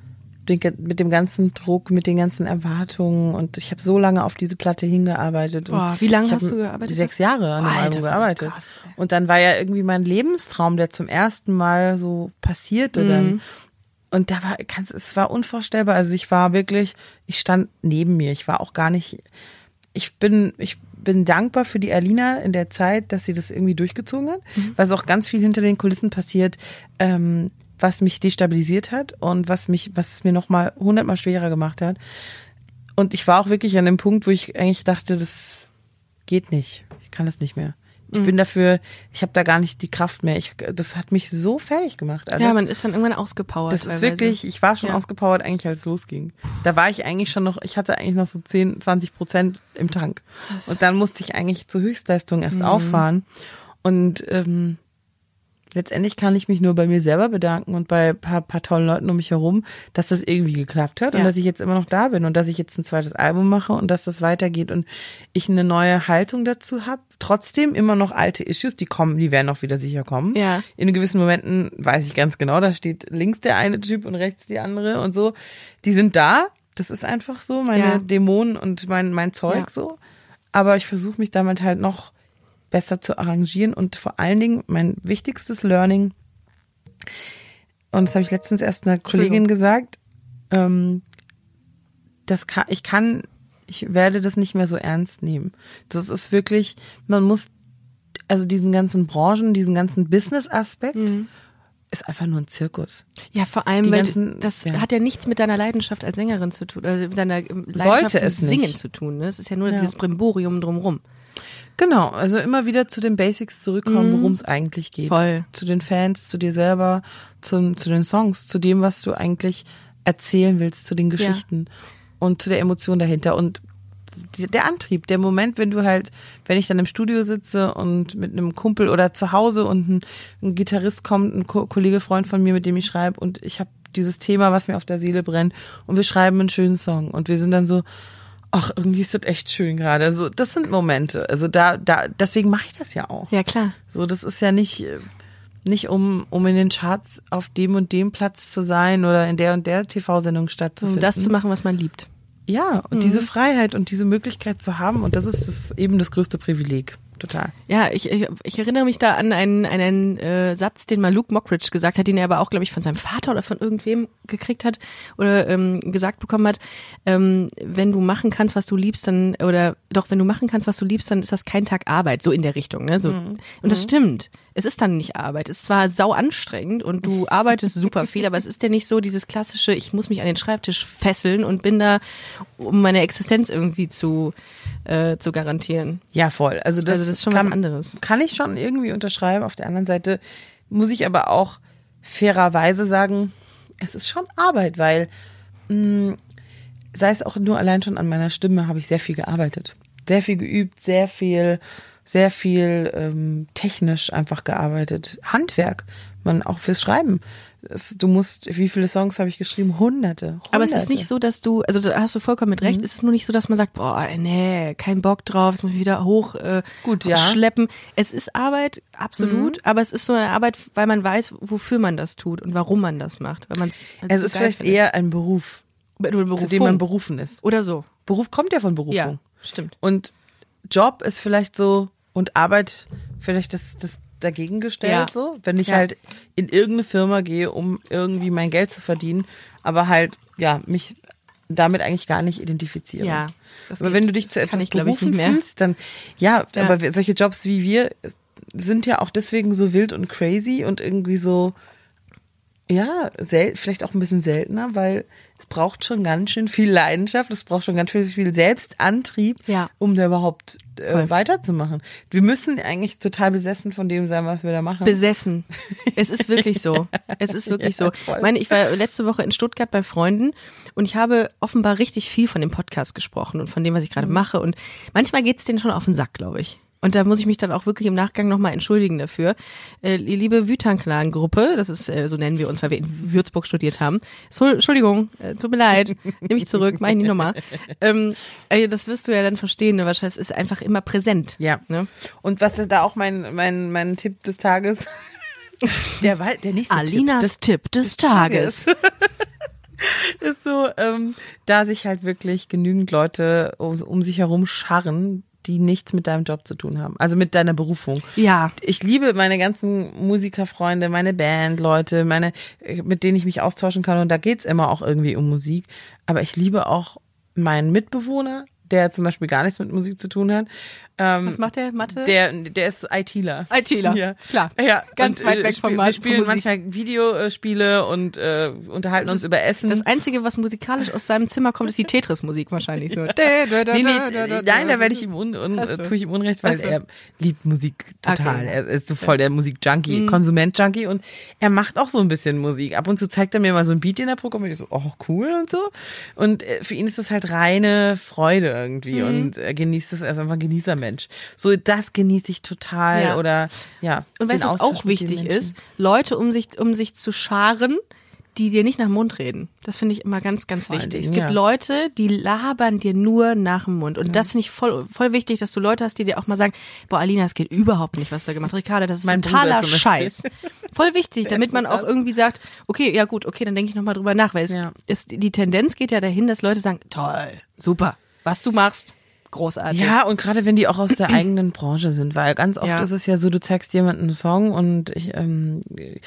den, mit dem ganzen Druck, mit den ganzen Erwartungen und ich habe so lange auf diese Platte hingearbeitet. Boah, wie lange ich hast hab du gearbeitet? Sechs Jahre an dem Alter, Album gearbeitet. krass, ey. Und dann war ja irgendwie mein Lebenstraum, der zum ersten Mal so passierte Mhm. dann. Und da war, kannst, es war unvorstellbar. Also ich war wirklich, ich stand neben mir. Ich war auch gar nicht, ich bin, ich bin dankbar für die Alina in der Zeit, dass sie das irgendwie durchgezogen hat, mhm. weil es auch ganz viel hinter den Kulissen passiert, ähm, was mich destabilisiert hat und was mich, was es mir nochmal hundertmal schwerer gemacht hat. Und ich war auch wirklich an dem Punkt, wo ich eigentlich dachte, das geht nicht. Ich kann das nicht mehr. Ich mhm. bin dafür, ich habe da gar nicht die Kraft mehr. Ich, das hat mich so fertig gemacht. Alles. Ja, man ist dann irgendwann ausgepowert. Das ist wirklich, ich war schon ja. ausgepowert eigentlich, als es losging. Da war ich eigentlich schon noch, ich hatte eigentlich noch so zehn, zwanzig Prozent im Tank. Was? Und dann musste ich eigentlich zur Höchstleistung erst mhm. auffahren. Und ähm, letztendlich kann ich mich nur bei mir selber bedanken und bei ein paar, paar tollen Leuten um mich herum, dass das irgendwie geklappt hat ja. und dass ich jetzt immer noch da bin und dass ich jetzt ein zweites Album mache und dass das weitergeht und ich eine neue Haltung dazu habe. Trotzdem immer noch alte Issues, die kommen, die werden auch wieder sicher kommen. Ja. In gewissen Momenten weiß ich ganz genau, da steht links der eine Typ und rechts die andere und so. Die sind da, das ist einfach so, meine ja. Dämonen und mein, mein Zeug ja. so. Aber ich versuche mich damit halt noch besser zu arrangieren und vor allen Dingen mein wichtigstes Learning, und das habe ich letztens erst einer Kollegin gesagt, ähm, das kann, ich kann, ich werde das nicht mehr so ernst nehmen. Das ist wirklich, man muss, also diesen ganzen Branchen, diesen ganzen Business-Aspekt, mhm. ist einfach nur ein Zirkus. Ja, vor allem, Die weil ganzen, das ja. hat ja nichts mit deiner Leidenschaft als Sängerin zu tun, also mit deiner Leidenschaft Sollte zum es Singen nicht. zu tun. Ne? Es ist ja nur Ja. dieses Brimborium drumrum. Genau, also immer wieder zu den Basics zurückkommen, Mhm. worum es eigentlich geht. Voll. Zu den Fans, zu dir selber, zum, zu den Songs, zu dem, was du eigentlich erzählen willst, zu den Geschichten und zu der Emotion dahinter. Und die, der Antrieb, der Moment, wenn du halt, wenn ich dann im Studio sitze und mit einem Kumpel oder zu Hause und ein, ein Gitarrist kommt, ein Ko- Kollege, Freund von mir, mit dem ich schreibe und ich habe dieses Thema, was mir auf der Seele brennt und wir schreiben einen schönen Song und wir sind dann so, ach, irgendwie ist das echt schön gerade. Also das sind Momente. Also da, da, deswegen mache ich das ja auch. Ja, klar. So, das ist ja nicht, nicht um, um in den Charts auf dem und dem Platz zu sein oder in der und der T V-Sendung stattzufinden. Um das zu machen, was man liebt. Ja, und Mhm. diese Freiheit und diese Möglichkeit zu haben, und das ist das, eben das größte Privileg. Total. Ja, ich, ich, ich erinnere mich da an einen, einen äh, Satz, den mal Luke Mockridge gesagt hat, den er aber auch, glaube ich, von seinem Vater oder von irgendwem gekriegt hat oder ähm, gesagt bekommen hat. Ähm, wenn du machen kannst, was du liebst, dann, oder doch, wenn du machen kannst, was du liebst, dann ist das kein Tag Arbeit, so in der Richtung. Ne? So. Mhm. Und das stimmt. Es ist dann nicht Arbeit. Es ist zwar sau anstrengend und du arbeitest super viel, aber es ist ja nicht so dieses klassische, ich muss mich an den Schreibtisch fesseln und bin da, um meine Existenz irgendwie zu, äh, zu garantieren. Ja, voll. Also das, Also das ist schon kann, was anderes. Kann ich schon irgendwie unterschreiben. Auf der anderen Seite muss ich aber auch fairerweise sagen, es ist schon Arbeit, weil mh, sei es auch nur allein schon an meiner Stimme, habe ich sehr viel gearbeitet. Sehr viel geübt, sehr viel, sehr viel ähm, technisch einfach gearbeitet. Handwerk, man auch fürs Schreiben. Es, du musst, wie viele Songs habe ich geschrieben? Hunderte, Hunderte. Aber es ist nicht so, dass du, also da hast du vollkommen mit recht, Mhm. es ist nur nicht so, dass man sagt, boah, nee, kein Bock drauf, jetzt muss ich wieder hoch äh, Gut, ja. schleppen. Es ist Arbeit, absolut, Mhm. aber es ist so eine Arbeit, weil man weiß, wofür man das tut und warum man das macht. Weil man's halt Es so ist geil vielleicht findet. eher ein Beruf, Oder eine zu dem Berufung. man berufen ist. Oder so. Beruf kommt ja von Berufung. Ja, stimmt. Und Job ist vielleicht so und Arbeit vielleicht das, das dagegen gestellt Ja. so. Wenn ich Ja. halt in irgendeine Firma gehe, um irgendwie mein Geld zu verdienen, aber halt, ja, mich damit eigentlich gar nicht identifiziere. Ja. das Aber geht. wenn du dich zu Das kann etwas ich, glaub ich, berufen nicht mehr. fühlst, dann, ja, Ja. aber wir- solche Jobs wie wir sind ja auch deswegen so wild und crazy und irgendwie so, ja, sel- vielleicht auch ein bisschen seltener, weil es braucht schon ganz schön viel Leidenschaft, es braucht schon ganz schön viel Selbstantrieb, Ja. um da überhaupt äh, Voll. weiterzumachen. Wir müssen eigentlich total besessen von dem sein, was wir da machen. Besessen. Es ist wirklich so. Es ist wirklich Ja, so. voll. Ich meine, ich war letzte Woche in Stuttgart bei Freunden und ich habe offenbar richtig viel von dem Podcast gesprochen und von dem, was ich Mhm. gerade mache. Und manchmal geht's denen schon auf den Sack, glaube ich. Und da muss ich mich dann auch wirklich im Nachgang nochmal entschuldigen dafür. Äh, die liebe Wütan-Clan-Gruppe, das ist, äh, so nennen wir uns, weil wir in Würzburg studiert haben. So, Entschuldigung, äh, tut mir leid, nehme ich zurück, mach ich nicht nochmal. Ähm, äh, das wirst du ja dann verstehen, ne? Wahrscheinlich ist einfach immer präsent. Ja. Ne? Und was ist da auch mein, mein, mein Tipp des Tages? Der, Wald- der nächste Alinas Tipp Tipp des Tages. ist so, ähm, da sich halt wirklich genügend Leute um, um sich herum scharren, die nichts mit deinem Job zu tun haben. Also mit deiner Berufung. Ja. Ich liebe meine ganzen Musikerfreunde, meine Bandleute, meine, mit denen ich mich austauschen kann. Und da geht's immer auch irgendwie um Musik. Aber ich liebe auch meinen Mitbewohner, der zum Beispiel gar nichts mit Musik zu tun hat. Ähm, Was macht der? Mathe? Der, der ist ITler. ITler, ja. klar. Ja. Ganz und, weit äh, weg vom spiel, Markt. Wir spielen manchmal Videospiele und äh, unterhalten uns über Essen. Das Einzige, was musikalisch aus seinem Zimmer kommt, ist die Tetris-Musik wahrscheinlich so. nee, nee, nein, da werde ich ihm un, un, so. tue ich ihm Unrecht, weil so. er liebt Musik total. Okay. Er ist so voll der Musik-Junkie, mhm. Konsument-Junkie und er macht auch so ein bisschen Musik. Ab und zu zeigt er mir mal so ein Beat in der Programm und ich so, oh cool und so. Und für ihn ist das halt reine Freude irgendwie mhm. und er genießt das, er ist einfach ein Genießermensch. So, das genieße ich total ja. oder ja. Und weißt du, was auch wichtig ist? Leute um sich, um sich zu scharen, die dir nicht nach dem Mund reden. Das finde ich immer ganz, ganz Vor wichtig. Dingen, Es gibt ja. Leute, die labern dir nur nach dem Mund. Und ja. das finde ich voll, voll wichtig, dass du Leute hast, die dir auch mal sagen, boah, Alina, das geht überhaupt nicht, was du gemacht hast. Ricarda, das ist Mein totaler Bruder zum Scheiß. Voll wichtig, damit man auch irgendwie sagt, okay, ja gut, okay, dann denke ich nochmal drüber nach. Weil es, Ja. es, die Tendenz geht ja dahin, dass Leute sagen, toll, super, was du machst. Großartig. Ja, und gerade wenn die auch aus der eigenen Branche sind, weil ganz oft Ja. ist es ja so, du zeigst jemandem einen Song und ich, ähm,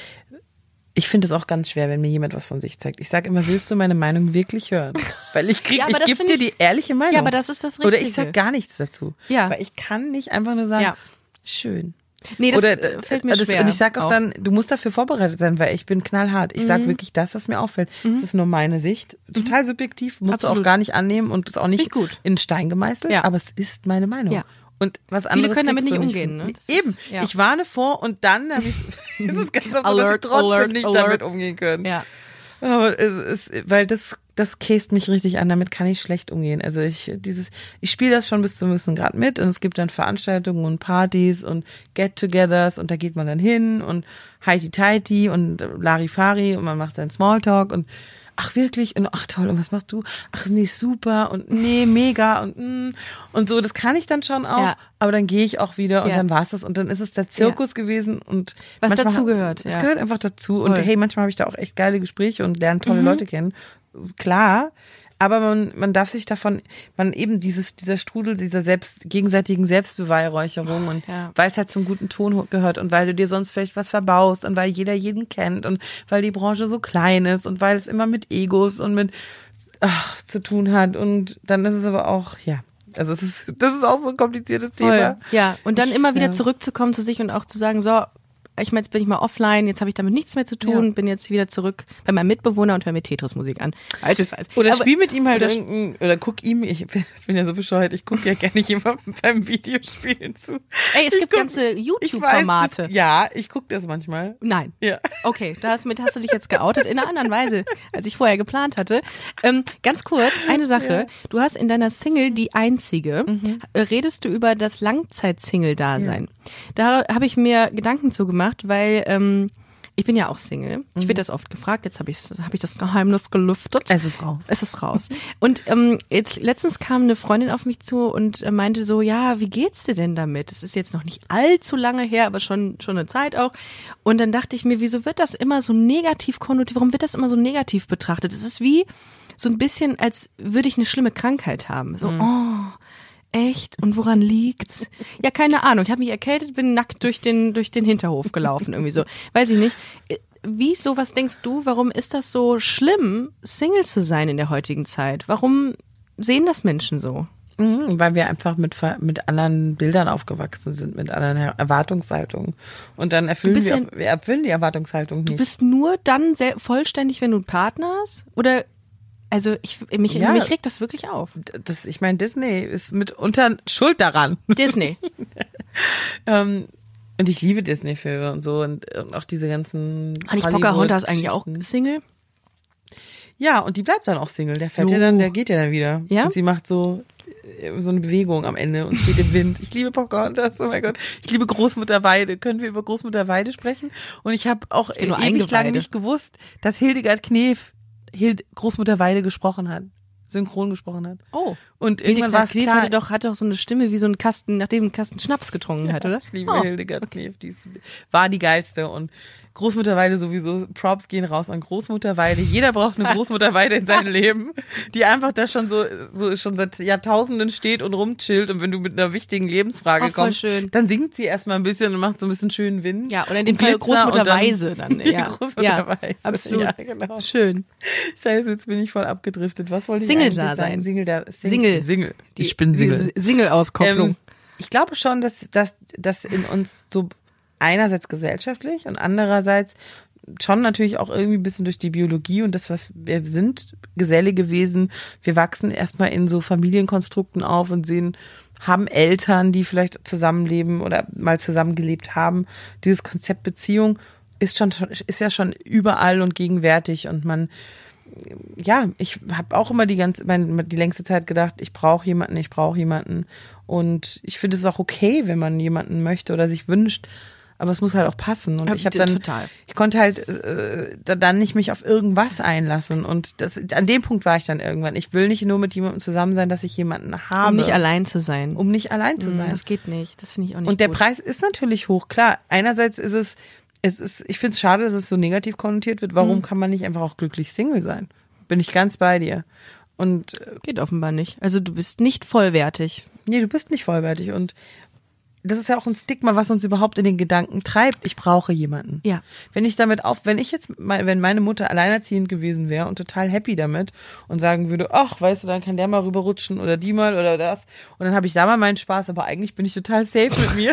ich finde es auch ganz schwer, wenn mir jemand was von sich zeigt. Ich sage immer, willst du meine Meinung wirklich hören? Weil ich krieg, Ja, aber ich das gebe find dir ich- die ehrliche Meinung. Ja, aber das ist das Richtige. Oder ich sag gar nichts dazu. Ja. Weil ich kann nicht einfach nur sagen, Ja. schön. Nee, das Oder, äh, fällt mir das, schwer. Und ich sag auch, auch. dann, du musst dafür vorbereitet sein, weil ich bin knallhart. Ich sag wirklich das, was mir auffällt. Das ist nur meine Sicht. Total subjektiv, musst du Absolut. auch gar nicht annehmen und ist auch nicht Finde ich gut. in Stein gemeißelt, Ja. aber es ist meine Meinung. Ja. Und was anderes können damit kriegst du nicht umgehen, ne? Das ist- Eben. ja. Ich warne vor und dann hab ich, ist es ganz oft so, dass sie Alert, trotzdem alert, nicht alert. damit umgehen können. Ja. Aber es ist, weil das, das käst mich richtig an, damit kann ich schlecht umgehen. Also ich, dieses, ich spiele das schon bis zum gewissen Grad mit und es gibt dann Veranstaltungen und Partys und Get-togethers und da geht man dann hin und Heiti-Teiti und Larifari und man macht seinen Smalltalk und ach wirklich und ach toll und was machst du? Ach nee, super und nee, mega und mm, und so, das kann ich dann schon auch, Ja. aber dann gehe ich auch wieder und Ja. dann war's das und dann ist es der Zirkus gewesen und Was manchmal- dazugehört, Es ja. gehört einfach dazu und Voll. hey, manchmal habe ich da auch echt geile Gespräche und lerne tolle Mhm. Leute kennen. Ist klar, aber man, man darf sich davon, man eben dieses, dieser Strudel, dieser selbst, gegenseitigen Selbstbeweihräucherung und ja. weil es halt zum guten Ton gehört und weil du dir sonst vielleicht was verbaust und weil jeder jeden kennt und weil die Branche so klein ist und weil es immer mit Egos und mit ach, zu tun hat und dann ist es aber auch, ja, also es ist, das ist auch so ein kompliziertes Voll. Thema. Ja, und dann immer wieder ja. zurückzukommen zu sich und auch zu sagen, so, ich meine, jetzt bin ich mal offline, jetzt habe ich damit nichts mehr zu tun, Ja. bin jetzt wieder zurück bei meinem Mitbewohner und höre mir Tetris-Musik an. Beispielsweise. Oder Aber- spiel mit ihm halt oder- irgendein, oder guck ihm, ich bin bin ja so bescheuert, ich gucke ja gerne jemandem beim Videospielen zu. Ey, es Ich gibt guck- ganze ich YouTube-Formate. weiß, das- Ja, ich gucke das manchmal. Nein. Ja. Okay, damit hast du dich jetzt geoutet in einer anderen Weise, als ich vorher geplant hatte. Ähm, ganz kurz, eine Sache. Du hast in deiner Single Die Einzige, Mhm. äh, redest du über das Langzeit-Single-Dasein. Da habe ich mir Gedanken zu gemacht, weil ähm, ich bin ja auch Single. Ich werde das oft gefragt, jetzt habe ich, hab ich das Geheimnis gelüftet. Es ist raus. Es ist raus. Und ähm, jetzt letztens kam eine Freundin auf mich zu und äh, meinte so, ja, wie geht's dir denn damit? Es ist jetzt noch nicht allzu lange her, aber schon schon eine Zeit auch. Und dann dachte ich mir, wieso wird das immer so negativ konnotiert? Warum wird das immer so negativ betrachtet? Es ist wie so ein bisschen, als würde ich eine schlimme Krankheit haben. So, oh, echt? Und woran liegt's? Ja, keine Ahnung. Ich habe mich erkältet, bin nackt durch den durch den Hinterhof gelaufen, irgendwie so. Weiß ich nicht. Wieso, was denkst du, warum ist das so schlimm, Single zu sein in der heutigen Zeit? Warum sehen das Menschen so? Mhm, weil wir einfach mit, Ver- mit anderen Bildern aufgewachsen sind, mit anderen Her- Erwartungshaltungen. Und dann erfüllen bist wir, ja- wir erfüllen die Erwartungshaltung Du nicht. bist nur dann sehr vollständig, wenn du einen Partner hast? Oder, also ich, mich, Ja. mich regt das wirklich auf. Das, ich meine, Disney ist mitunter schuld daran. Disney. ähm, und ich liebe Disney-Filme und so und, und auch diese ganzen Honey, Pocahontas eigentlich auch Hollywood-Geschichten. Single? Ja, und die bleibt dann auch Single. Der fährt So. ja dann, der geht ja dann wieder. Ja? Und sie macht so äh, so eine Bewegung am Ende und steht im Wind. Ich liebe Pocahontas, oh mein Gott. Ich liebe Großmutter Weide. Können wir über Großmutter Weide sprechen? Und ich habe auch bin nur ewig lang Eingeweide. nicht gewusst, dass Hildegard Knef Hild Großmutter Weide gesprochen hat. Synchron gesprochen hat. Oh. Und irgendwann war es Knef klar. hatte doch, hatte doch so eine Stimme wie so ein Kasten, nachdem ein Kasten Schnaps getrunken hat, oder? Ich liebe Oh. Hildegard Knef, die ist, war die geilste und Großmutterweide sowieso, Props gehen raus an Großmutterweide. Jeder braucht eine Großmutterweide in seinem Leben, die einfach da schon so, so schon seit Jahrtausenden steht und rumchillt. Und wenn du mit einer wichtigen Lebensfrage Oh, voll kommst, schön. dann singt sie erstmal ein bisschen und macht so ein bisschen schönen Wind. Ja, oder in dem und Fall Glitzer und Großmutterweise dann. Ja, Großmutterweise. ja, absolut. Ja, genau. Schön. Scheiße, jetzt bin ich voll abgedriftet. Was wollte ich Single eigentlich sah sagen? sein. Single, der, Sing Single. Single. Die- ich bin Single. die Single-Auskopplung. Ähm, ich glaube schon, dass, dass, dass in uns so einerseits gesellschaftlich und andererseits schon natürlich auch irgendwie ein bisschen durch die Biologie und das, was wir sind, gesellige Wesen. Wir wachsen erstmal in so Familienkonstrukten auf und sehen, haben Eltern, die vielleicht zusammenleben oder mal zusammengelebt haben. Dieses Konzept Beziehung ist schon, ist ja schon überall und gegenwärtig und man, ja, ich habe auch immer die ganze, meine, die längste Zeit gedacht, ich brauche jemanden, ich brauche jemanden. Und ich finde es auch okay, wenn man jemanden möchte oder sich wünscht, aber es muss halt auch passen. Und Ja, ich habe dann, total. ich konnte halt äh, da- dann nicht mich auf irgendwas einlassen. Und das, an dem Punkt war ich dann irgendwann. Ich will nicht nur mit jemandem zusammen sein, dass ich jemanden habe. Um nicht allein zu sein. Um nicht allein zu Mm, sein. Das geht nicht. Das finde ich auch nicht Und der gut. Preis ist natürlich hoch, klar. Einerseits ist es, es ist, ich finde es schade, dass es so negativ konnotiert wird. Warum Mhm. kann man nicht einfach auch glücklich Single sein? Bin ich ganz bei dir. Und äh, Geht offenbar nicht. Also du bist nicht vollwertig. nee, du bist nicht vollwertig. Und das ist ja auch ein Stigma, was uns überhaupt in den Gedanken treibt. Ich brauche jemanden. Ja. Wenn ich damit auf, wenn ich jetzt, mein- wenn meine Mutter alleinerziehend gewesen wäre und total happy damit und sagen würde, ach, weißt du, dann kann der mal rüberrutschen oder die mal oder das. Und dann habe ich da mal meinen Spaß, aber eigentlich bin ich total safe mit mir.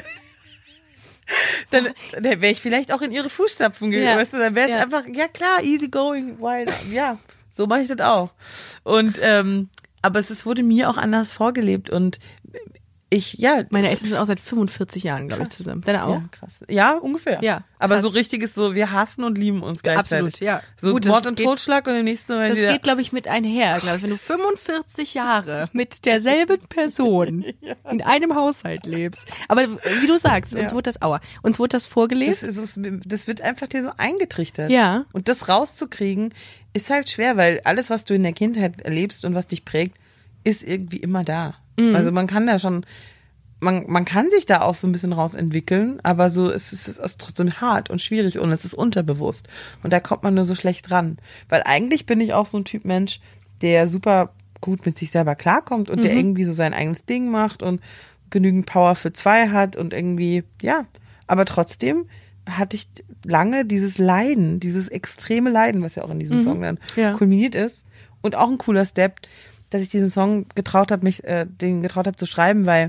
Dann, dann wäre ich vielleicht auch in ihre Fußstapfen gegangen. Ja. Weißt du, dann wäre es Ja. einfach, ja klar, easy going, wild, ja, so mache ich das auch. Und ähm, aber es, es wurde mir auch anders vorgelebt und ich, ja. Meine Eltern sind auch seit fünfundvierzig Jahren, glaube ich, Krass. zusammen. Deine auch? Ja, krass. Ja, ungefähr. Ja, aber krass. so richtig ist so, wir hassen und lieben uns gleichzeitig. Absolut, ja. So Gut, Mord das und geht- Totschlag und im nächsten Moment Das wieder. geht, glaube ich, mit einher. Glaub ich. Wenn du fünfundvierzig Jahre mit derselben Person in einem Haushalt lebst. Aber wie du sagst, uns Ja. wurde das, aua, uns wurde das vorgelegt. das, ist, so- das wird einfach dir so eingetrichtert. Ja. Und das rauszukriegen, ist halt schwer, weil alles, was du in der Kindheit erlebst und was dich prägt, ist irgendwie immer da. Mhm. Also man kann da schon, man, man kann sich da auch so ein bisschen rausentwickeln, aber so es ist es ist trotzdem hart und schwierig und es ist unterbewusst. Und da kommt man nur so schlecht ran. Weil eigentlich bin ich auch so ein Typ Mensch, der super gut mit sich selber klarkommt und der irgendwie so sein eigenes Ding macht und genügend Power für zwei hat und irgendwie, ja. Aber trotzdem hatte ich lange dieses Leiden, dieses extreme Leiden, was ja auch in diesem Song dann Ja. kulminiert ist. Und auch ein cooler Step, dass ich diesen Song getraut habe, mich, äh, den getraut habe zu schreiben, weil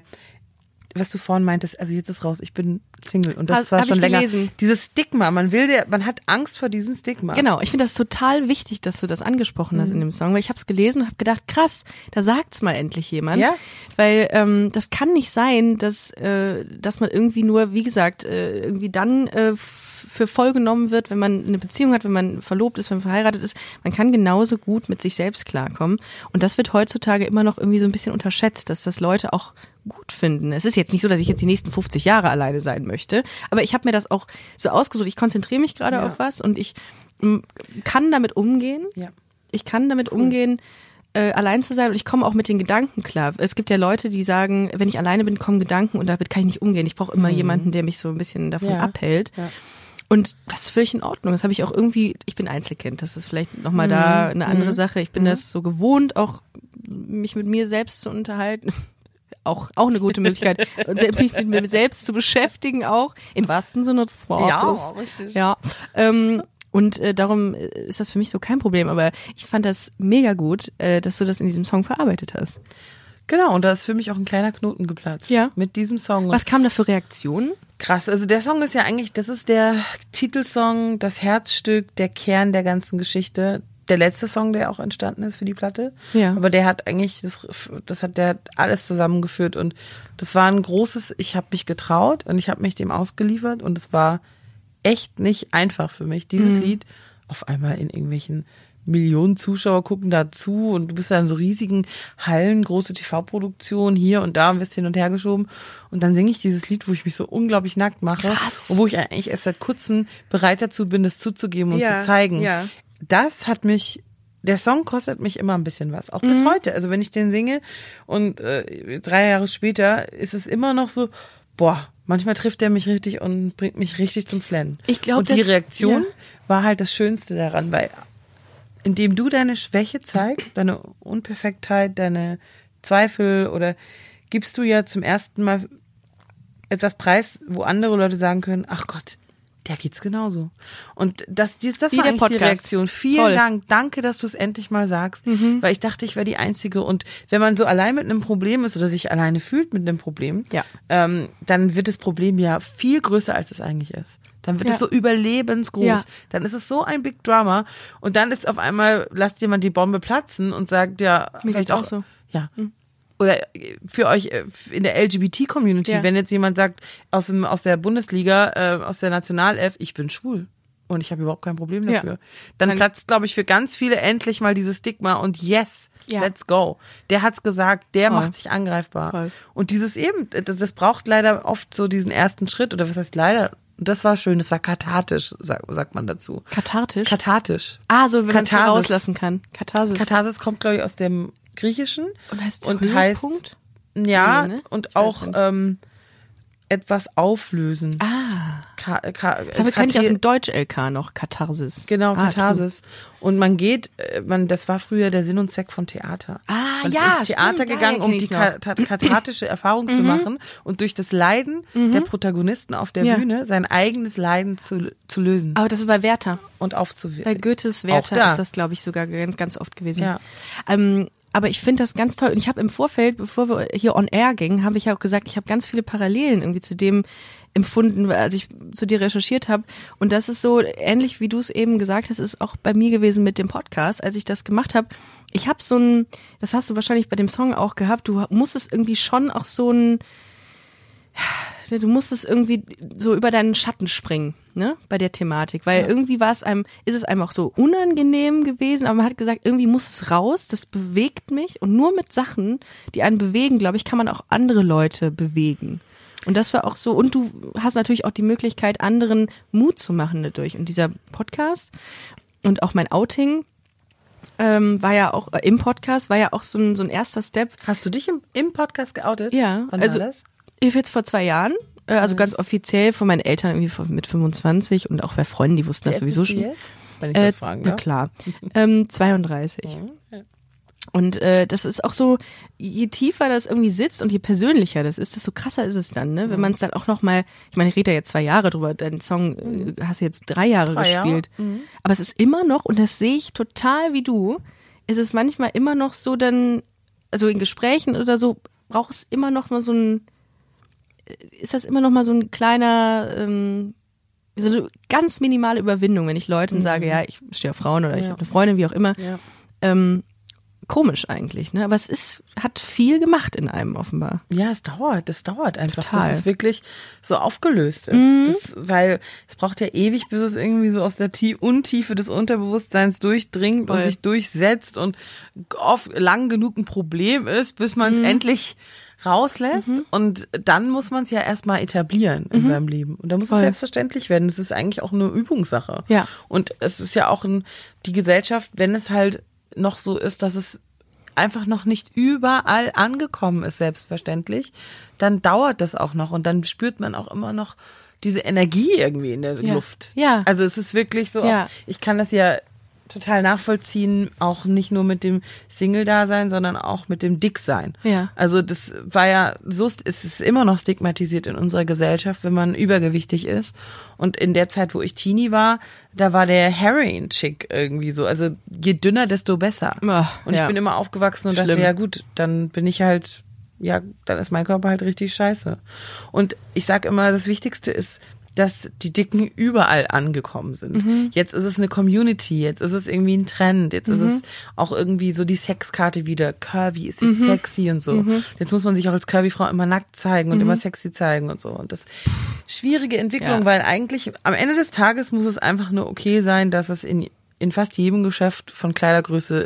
was du vorhin meintest, also jetzt ist raus, ich bin Single und das Hast- war hab schon ich länger. gelesen. Dieses Stigma, man will der, man hat Angst vor diesem Stigma. Genau, ich finde das total wichtig, dass du das angesprochen hast in dem Song, weil ich habe es gelesen und habe gedacht, krass, da sagt's mal endlich jemand. Ja. Weil ähm, das kann nicht sein, dass äh, dass man irgendwie nur, wie gesagt, äh, irgendwie dann äh, f- für voll genommen wird, wenn man eine Beziehung hat, wenn man verlobt ist, wenn man verheiratet ist. Man kann genauso gut mit sich selbst klarkommen. Und das wird heutzutage immer noch irgendwie so ein bisschen unterschätzt, dass das Leute auch gut finden. Es ist jetzt nicht so, dass ich jetzt die nächsten fünfzig Jahre alleine sein möchte, aber ich habe mir das auch so ausgesucht. Ich konzentriere mich gerade Ja. auf was und ich m, kann damit umgehen. Ja. Ich kann damit umgehen, äh, allein zu sein und ich komme auch mit den Gedanken klar. Es gibt ja Leute, die sagen, wenn ich alleine bin, kommen Gedanken und damit kann ich nicht umgehen. Ich brauche immer jemanden, der mich so ein bisschen davon Ja. abhält. Ja. Und das ist völlig in Ordnung. Das habe ich auch irgendwie, ich bin Einzelkind, das ist vielleicht nochmal da eine andere Sache. Ich bin das so gewohnt, auch mich mit mir selbst zu unterhalten. Auch, auch eine gute Möglichkeit, und se- mich mit mir selbst zu beschäftigen auch, im wahrsten Sinne des Wortes. richtig. Ja, ähm, und äh, darum ist das für mich so kein Problem. Aber ich fand das mega gut, äh, dass du das in diesem Song verarbeitet hast. Genau, und da ist für mich auch ein kleiner Knoten geplatzt. Ja. Mit diesem Song. Was kam da für Reaktionen? Krass, also der Song ist ja eigentlich, das ist der Titelsong, das Herzstück, der Kern der ganzen Geschichte. Der letzte Song, der auch entstanden ist für die Platte. Ja. Aber der hat eigentlich, das, das hat der hat alles zusammengeführt und das war ein großes, ich habe mich getraut und ich habe mich dem ausgeliefert und es war echt nicht einfach für mich, dieses Mhm. Lied auf einmal in irgendwelchen Millionen Zuschauer gucken dazu und du bist da in so riesigen Hallen, große T V-Produktionen hier und da und wirst hin und her geschoben und dann singe ich dieses Lied, wo ich mich so unglaublich nackt mache Krass. und wo ich eigentlich erst seit kurzem bereit dazu bin, das zuzugeben und Ja, zu zeigen. ja. Das hat mich, der Song kostet mich immer ein bisschen was, auch bis heute. Also wenn ich den singe und äh, drei Jahre später ist es immer noch so, boah, manchmal trifft der mich richtig und bringt mich richtig zum Flennen. Ich glaube, und die das- Reaktion ja. war halt das Schönste daran, weil indem du deine Schwäche zeigst, deine Unperfektheit, deine Zweifel oder gibst du ja zum ersten Mal etwas preis, wo andere Leute sagen können, ach Gott, der geht's genauso. Und das, dies, das Wie war der eigentlich Podcast. die Reaktion. Vielen Toll. Dank. Danke, dass du es endlich mal sagst. Mhm. Weil ich dachte, ich wäre die Einzige. Und wenn man so allein mit einem Problem ist oder sich alleine fühlt mit einem Problem, Ja. ähm, dann wird das Problem ja viel größer, als es eigentlich ist. Dann wird Ja. es so überlebensgroß. Ja. Dann ist es so ein Big Drama. Und dann ist auf einmal, lasst jemand die Bombe platzen und sagt, ja, Mir vielleicht geht's auch auch so. Ja. Oder für euch äh, in der L G B T-Community, Ja. wenn jetzt jemand sagt, aus dem aus der Bundesliga, äh, aus der Nationalelf, ich bin schwul und ich habe überhaupt kein Problem Ja. dafür, dann Dann- platzt, glaube ich, für ganz viele endlich mal dieses Stigma und yes, Ja. let's go. Der hat's gesagt, der Voll. macht sich angreifbar. Voll. Und dieses eben, das, das braucht leider oft so diesen ersten Schritt, oder was heißt leider? Das war schön, das war kathartisch, sag, sagt man dazu. Kathartisch? Kathartisch. ah, so wenn man es so Katharsis. rauslassen kann. Katharsis. Katharsis kommt, glaube ich, aus dem Griechischen. Und heißt und Höhepunkt? Ja, Nee, ne? und Ich weiß auch nicht. ähm, etwas auflösen. Ah, Ka Ka das habe- kenne ich aus Kathe- dem Deutsch-L K noch, Katharsis. Genau, ah, Katharsis. Und man geht, äh, man, das war früher der Sinn und Zweck von Theater. Ah, man ja, ist ins Theater stimmt, gegangen, daher um kenn die ich's noch. ka- kathartische Erfahrung zu machen und durch das Leiden der Protagonisten auf der Ja. Bühne sein eigenes Leiden zu, zu lösen Aber das ist bei Werther. und Bei aufzuwirken. Goethes Auch Werther da. ist das, glaube ich, sogar ganz, ganz oft gewesen. Ja. Ähm, aber ich finde das ganz toll. Und ich habe im Vorfeld, bevor wir hier on air gingen, habe ich ja auch gesagt, ich habe ganz viele Parallelen irgendwie zu dem empfunden, als ich zu dir recherchiert habe. Und das ist so ähnlich, wie du es eben gesagt hast, ist auch bei mir gewesen mit dem Podcast, als ich das gemacht habe. Ich habe so ein, das hast du wahrscheinlich bei dem Song auch gehabt, du musstest irgendwie schon auch so ein, du musstest irgendwie so über deinen Schatten springen, ne, bei der Thematik, weil Ja. irgendwie war es einem, ist es einem auch so unangenehm gewesen, aber man hat gesagt, irgendwie muss es raus, das bewegt mich und nur mit Sachen, die einen bewegen, glaube ich, kann man auch andere Leute bewegen. Und das war auch so, und du hast natürlich auch die Möglichkeit, anderen Mut zu machen dadurch. Und dieser Podcast und auch mein Outing ähm, war ja auch, äh, im Podcast war ja auch so ein, so ein erster Step. Hast du dich im, im Podcast geoutet? Ja, Wann also war das? ich jetzt vor zwei Jahren, äh, also ganz offiziell von meinen Eltern irgendwie von- mit fünfundzwanzig und auch bei Freunden, die wussten das Wie alt sowieso bist du schon. jetzt? Wenn ich Äh, das fragen na darf. klar, ähm, zweiunddreißig. Ja. Und äh, das ist auch so, je tiefer das irgendwie sitzt und je persönlicher das ist, desto krasser ist es dann, ne? Wenn man es dann auch nochmal, ich meine, ich rede ja jetzt zwei Jahre drüber, deinen Song äh, hast du jetzt drei Jahre Drei Jahre, gespielt. Aber es ist immer noch, und das sehe ich total wie du, ist es manchmal immer noch so dann, also in Gesprächen oder so, braucht es immer noch mal so ein, ist das immer noch mal so ein kleiner, ähm, so eine ganz minimale Überwindung, wenn ich Leuten sage, ja, ich stehe auf Frauen oder ich Ja. habe eine Freundin, wie auch immer. Ja. Ähm, komisch eigentlich, ne? Aber es ist, hat viel gemacht in einem offenbar. Ja, es dauert, das dauert einfach, Total. bis es wirklich so aufgelöst ist. Mhm. Das, weil es braucht ja ewig, bis es irgendwie so aus der Tie- Untiefe des Unterbewusstseins durchdringt Voll. und sich durchsetzt und oft lang genug ein Problem ist, bis man Mhm. es endlich rauslässt. Und dann muss man es ja erstmal etablieren in seinem Leben. Und da muss Voll. es selbstverständlich werden. Es ist eigentlich auch eine Übungssache. Ja. Und es ist ja auch ein, die Gesellschaft, wenn es halt noch so ist, dass es einfach noch nicht überall angekommen ist, selbstverständlich, dann dauert das auch noch und dann spürt man auch immer noch diese Energie irgendwie in der Ja. Luft. Ja. Also es ist wirklich so, Ja. auch, ich kann das ja total nachvollziehen, auch nicht nur mit dem Single-Dasein, sondern auch mit dem Dicksein. Ja. Also das war ja, so ist es ist immer noch stigmatisiert in unserer Gesellschaft, wenn man übergewichtig ist. Und in der Zeit, wo ich Teenie war, da war der Heroin-Chick irgendwie so. Also je dünner, desto besser. Ah, und ich ja. bin immer aufgewachsen und Schlimm. dachte, ja gut, dann bin ich halt, ja, dann ist mein Körper halt richtig scheiße. Und ich sag immer, das Wichtigste ist, dass die Dicken überall angekommen sind. Mhm. Jetzt ist es eine Community, jetzt ist es irgendwie ein Trend, jetzt ist es auch irgendwie so die Sexkarte wieder. Curvy ist Mhm. jetzt sexy und so. Jetzt muss man sich auch als Curvy-Frau immer nackt zeigen und immer sexy zeigen und so. Und das schwierige Entwicklung, Ja. weil eigentlich am Ende des Tages muss es einfach nur okay sein, dass es in, in fast jedem Geschäft von Kleidergröße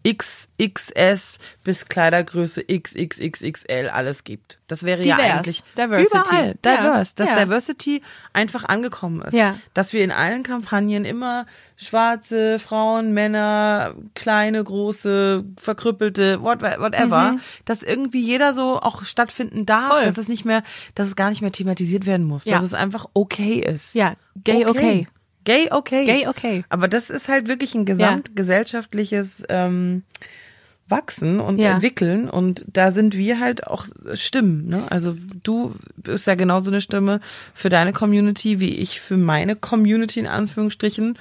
X X S bis Kleidergröße X X X X L alles gibt. Das wäre Divers. ja eigentlich Diversity. überall diverse, dass Ja. Diversity einfach angekommen ist. Ja. Dass wir in allen Kampagnen immer schwarze Frauen, Männer, kleine, große, verkrüppelte, what, whatever, dass irgendwie jeder so auch stattfinden darf, Voll. dass es nicht mehr, dass es gar nicht mehr thematisiert werden muss, Ja. dass es einfach okay ist. Ja, gay okay. Gay okay. Gay okay. Aber das ist halt wirklich ein gesamtgesellschaftliches ähm, Wachsen und Ja. Entwickeln und da sind wir halt auch Stimmen. Ne? Also du bist ja genauso eine Stimme für deine Community wie ich für meine Community in Anführungsstrichen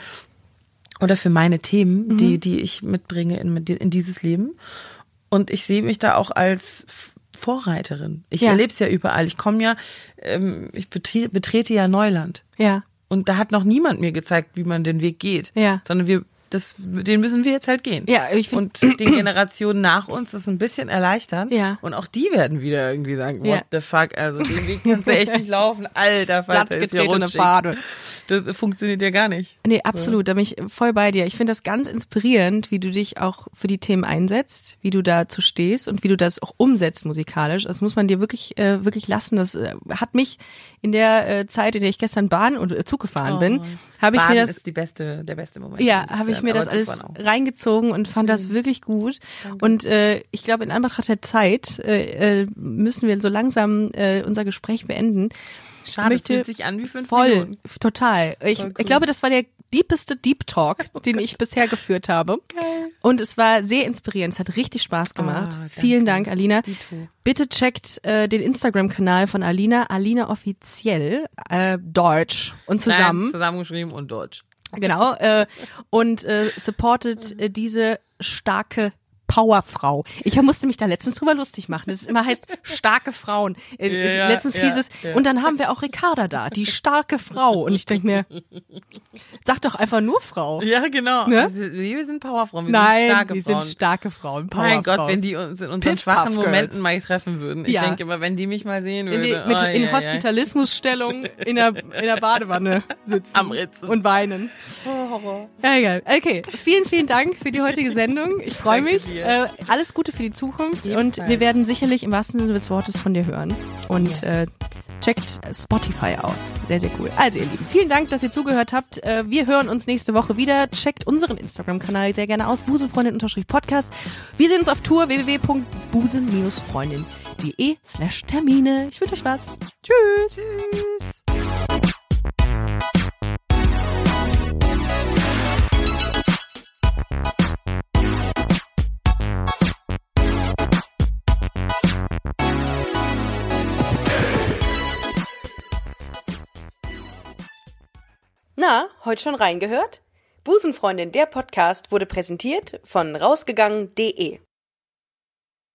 oder für meine Themen, Mhm. die die ich mitbringe in, in dieses Leben. Und ich sehe mich da auch als Vorreiterin. Ich Ja. erlebe es ja überall. Ich komme ja, ähm, ich betre- betrete ja Neuland. Ja. Und da hat noch niemand mir gezeigt, wie man den Weg geht. Ja. Sondern wir, das, den müssen wir jetzt halt gehen. Ja, ich find- Und den Generationen nach uns das ein bisschen erleichtern. Ja. Und auch die werden wieder irgendwie sagen, what Ja. the fuck, also den Weg kannst du echt nicht laufen. Alter, Vater, ist ja Glattgetretene rutschig. Pfade. Das funktioniert ja gar nicht. Nee, absolut, da bin ich voll bei dir. Ich finde das ganz inspirierend, wie du dich auch für die Themen einsetzt, wie du dazu stehst und wie du das auch umsetzt musikalisch. Das muss man dir wirklich äh, wirklich lassen. Das äh, hat mich in der äh, Zeit, in der ich gestern Bahn und äh, Zug gefahren bin, habe ich Baden mir das ist die beste, der beste Moment. ja, Musik habe zu ich hören, mir das aber alles Zugfahren auch. reingezogen und fand das wirklich gut. Und äh, ich glaube, in Anbetracht der Zeit äh, äh, müssen wir so langsam äh, unser Gespräch beenden. Schade, möchte fühlt sich an wie fünf Voll, Minuten. total. Ich, Voll cool. ich glaube, das war der deepeste Deep Talk, den ich bisher geführt habe. Und es war sehr inspirierend. Es hat richtig Spaß gemacht. Ah, danke. Vielen Dank, Alina. Dito. Bitte checkt äh, den Instagram-Kanal von Alina, Alina offiziell, äh, Deutsch und zusammen. Nein, zusammengeschrieben und Deutsch. Genau. Äh, und äh, supportet äh, diese starke Powerfrau. Ich musste mich da letztens drüber lustig machen. Das immer heißt starke Frauen. Äh, Ja, letztens ja, hieß es, ja. und dann haben wir auch Ricarda da, die starke Frau. Und ich denke mir, sag doch einfach nur Frau. Ja, genau. Ne? Also, wir sind Powerfrauen, wir Nein, sind starke wir Frauen. sind starke Frauen. Mein Powerfrauen. Gott, wenn die uns in unseren Piff, schwachen Puff Momenten Girls. mal treffen würden. Ich Ja. denke immer, wenn die mich mal sehen in, die, würde. mit, oh, in ja, ja. Hospitalismusstellung in der, in der Badewanne sitzen. Am Ritzen. Und weinen. Oh, Horror. Ja, egal. Okay, vielen, vielen Dank für die heutige Sendung. Ich freue Danke mich. dir. Äh, alles Gute für die Zukunft. Ebenfalls. Und wir werden sicherlich im wahrsten Sinne des Wortes von dir hören. Und Yes. äh, checkt Spotify aus. Sehr, sehr cool. Also ihr Lieben, vielen Dank, dass ihr zugehört habt. Äh, wir hören uns nächste Woche wieder. Checkt unseren Instagram-Kanal sehr gerne aus. busenfreundin-podcast. Wir sehen uns auf Tour w w w punkt busen-freundin punkt de slash Termine. Ich wünsche euch was. Tschüss. Tschüss. Na, heute schon reingehört? Busenfreundin, der Podcast wurde präsentiert von rausgegangen punkt de.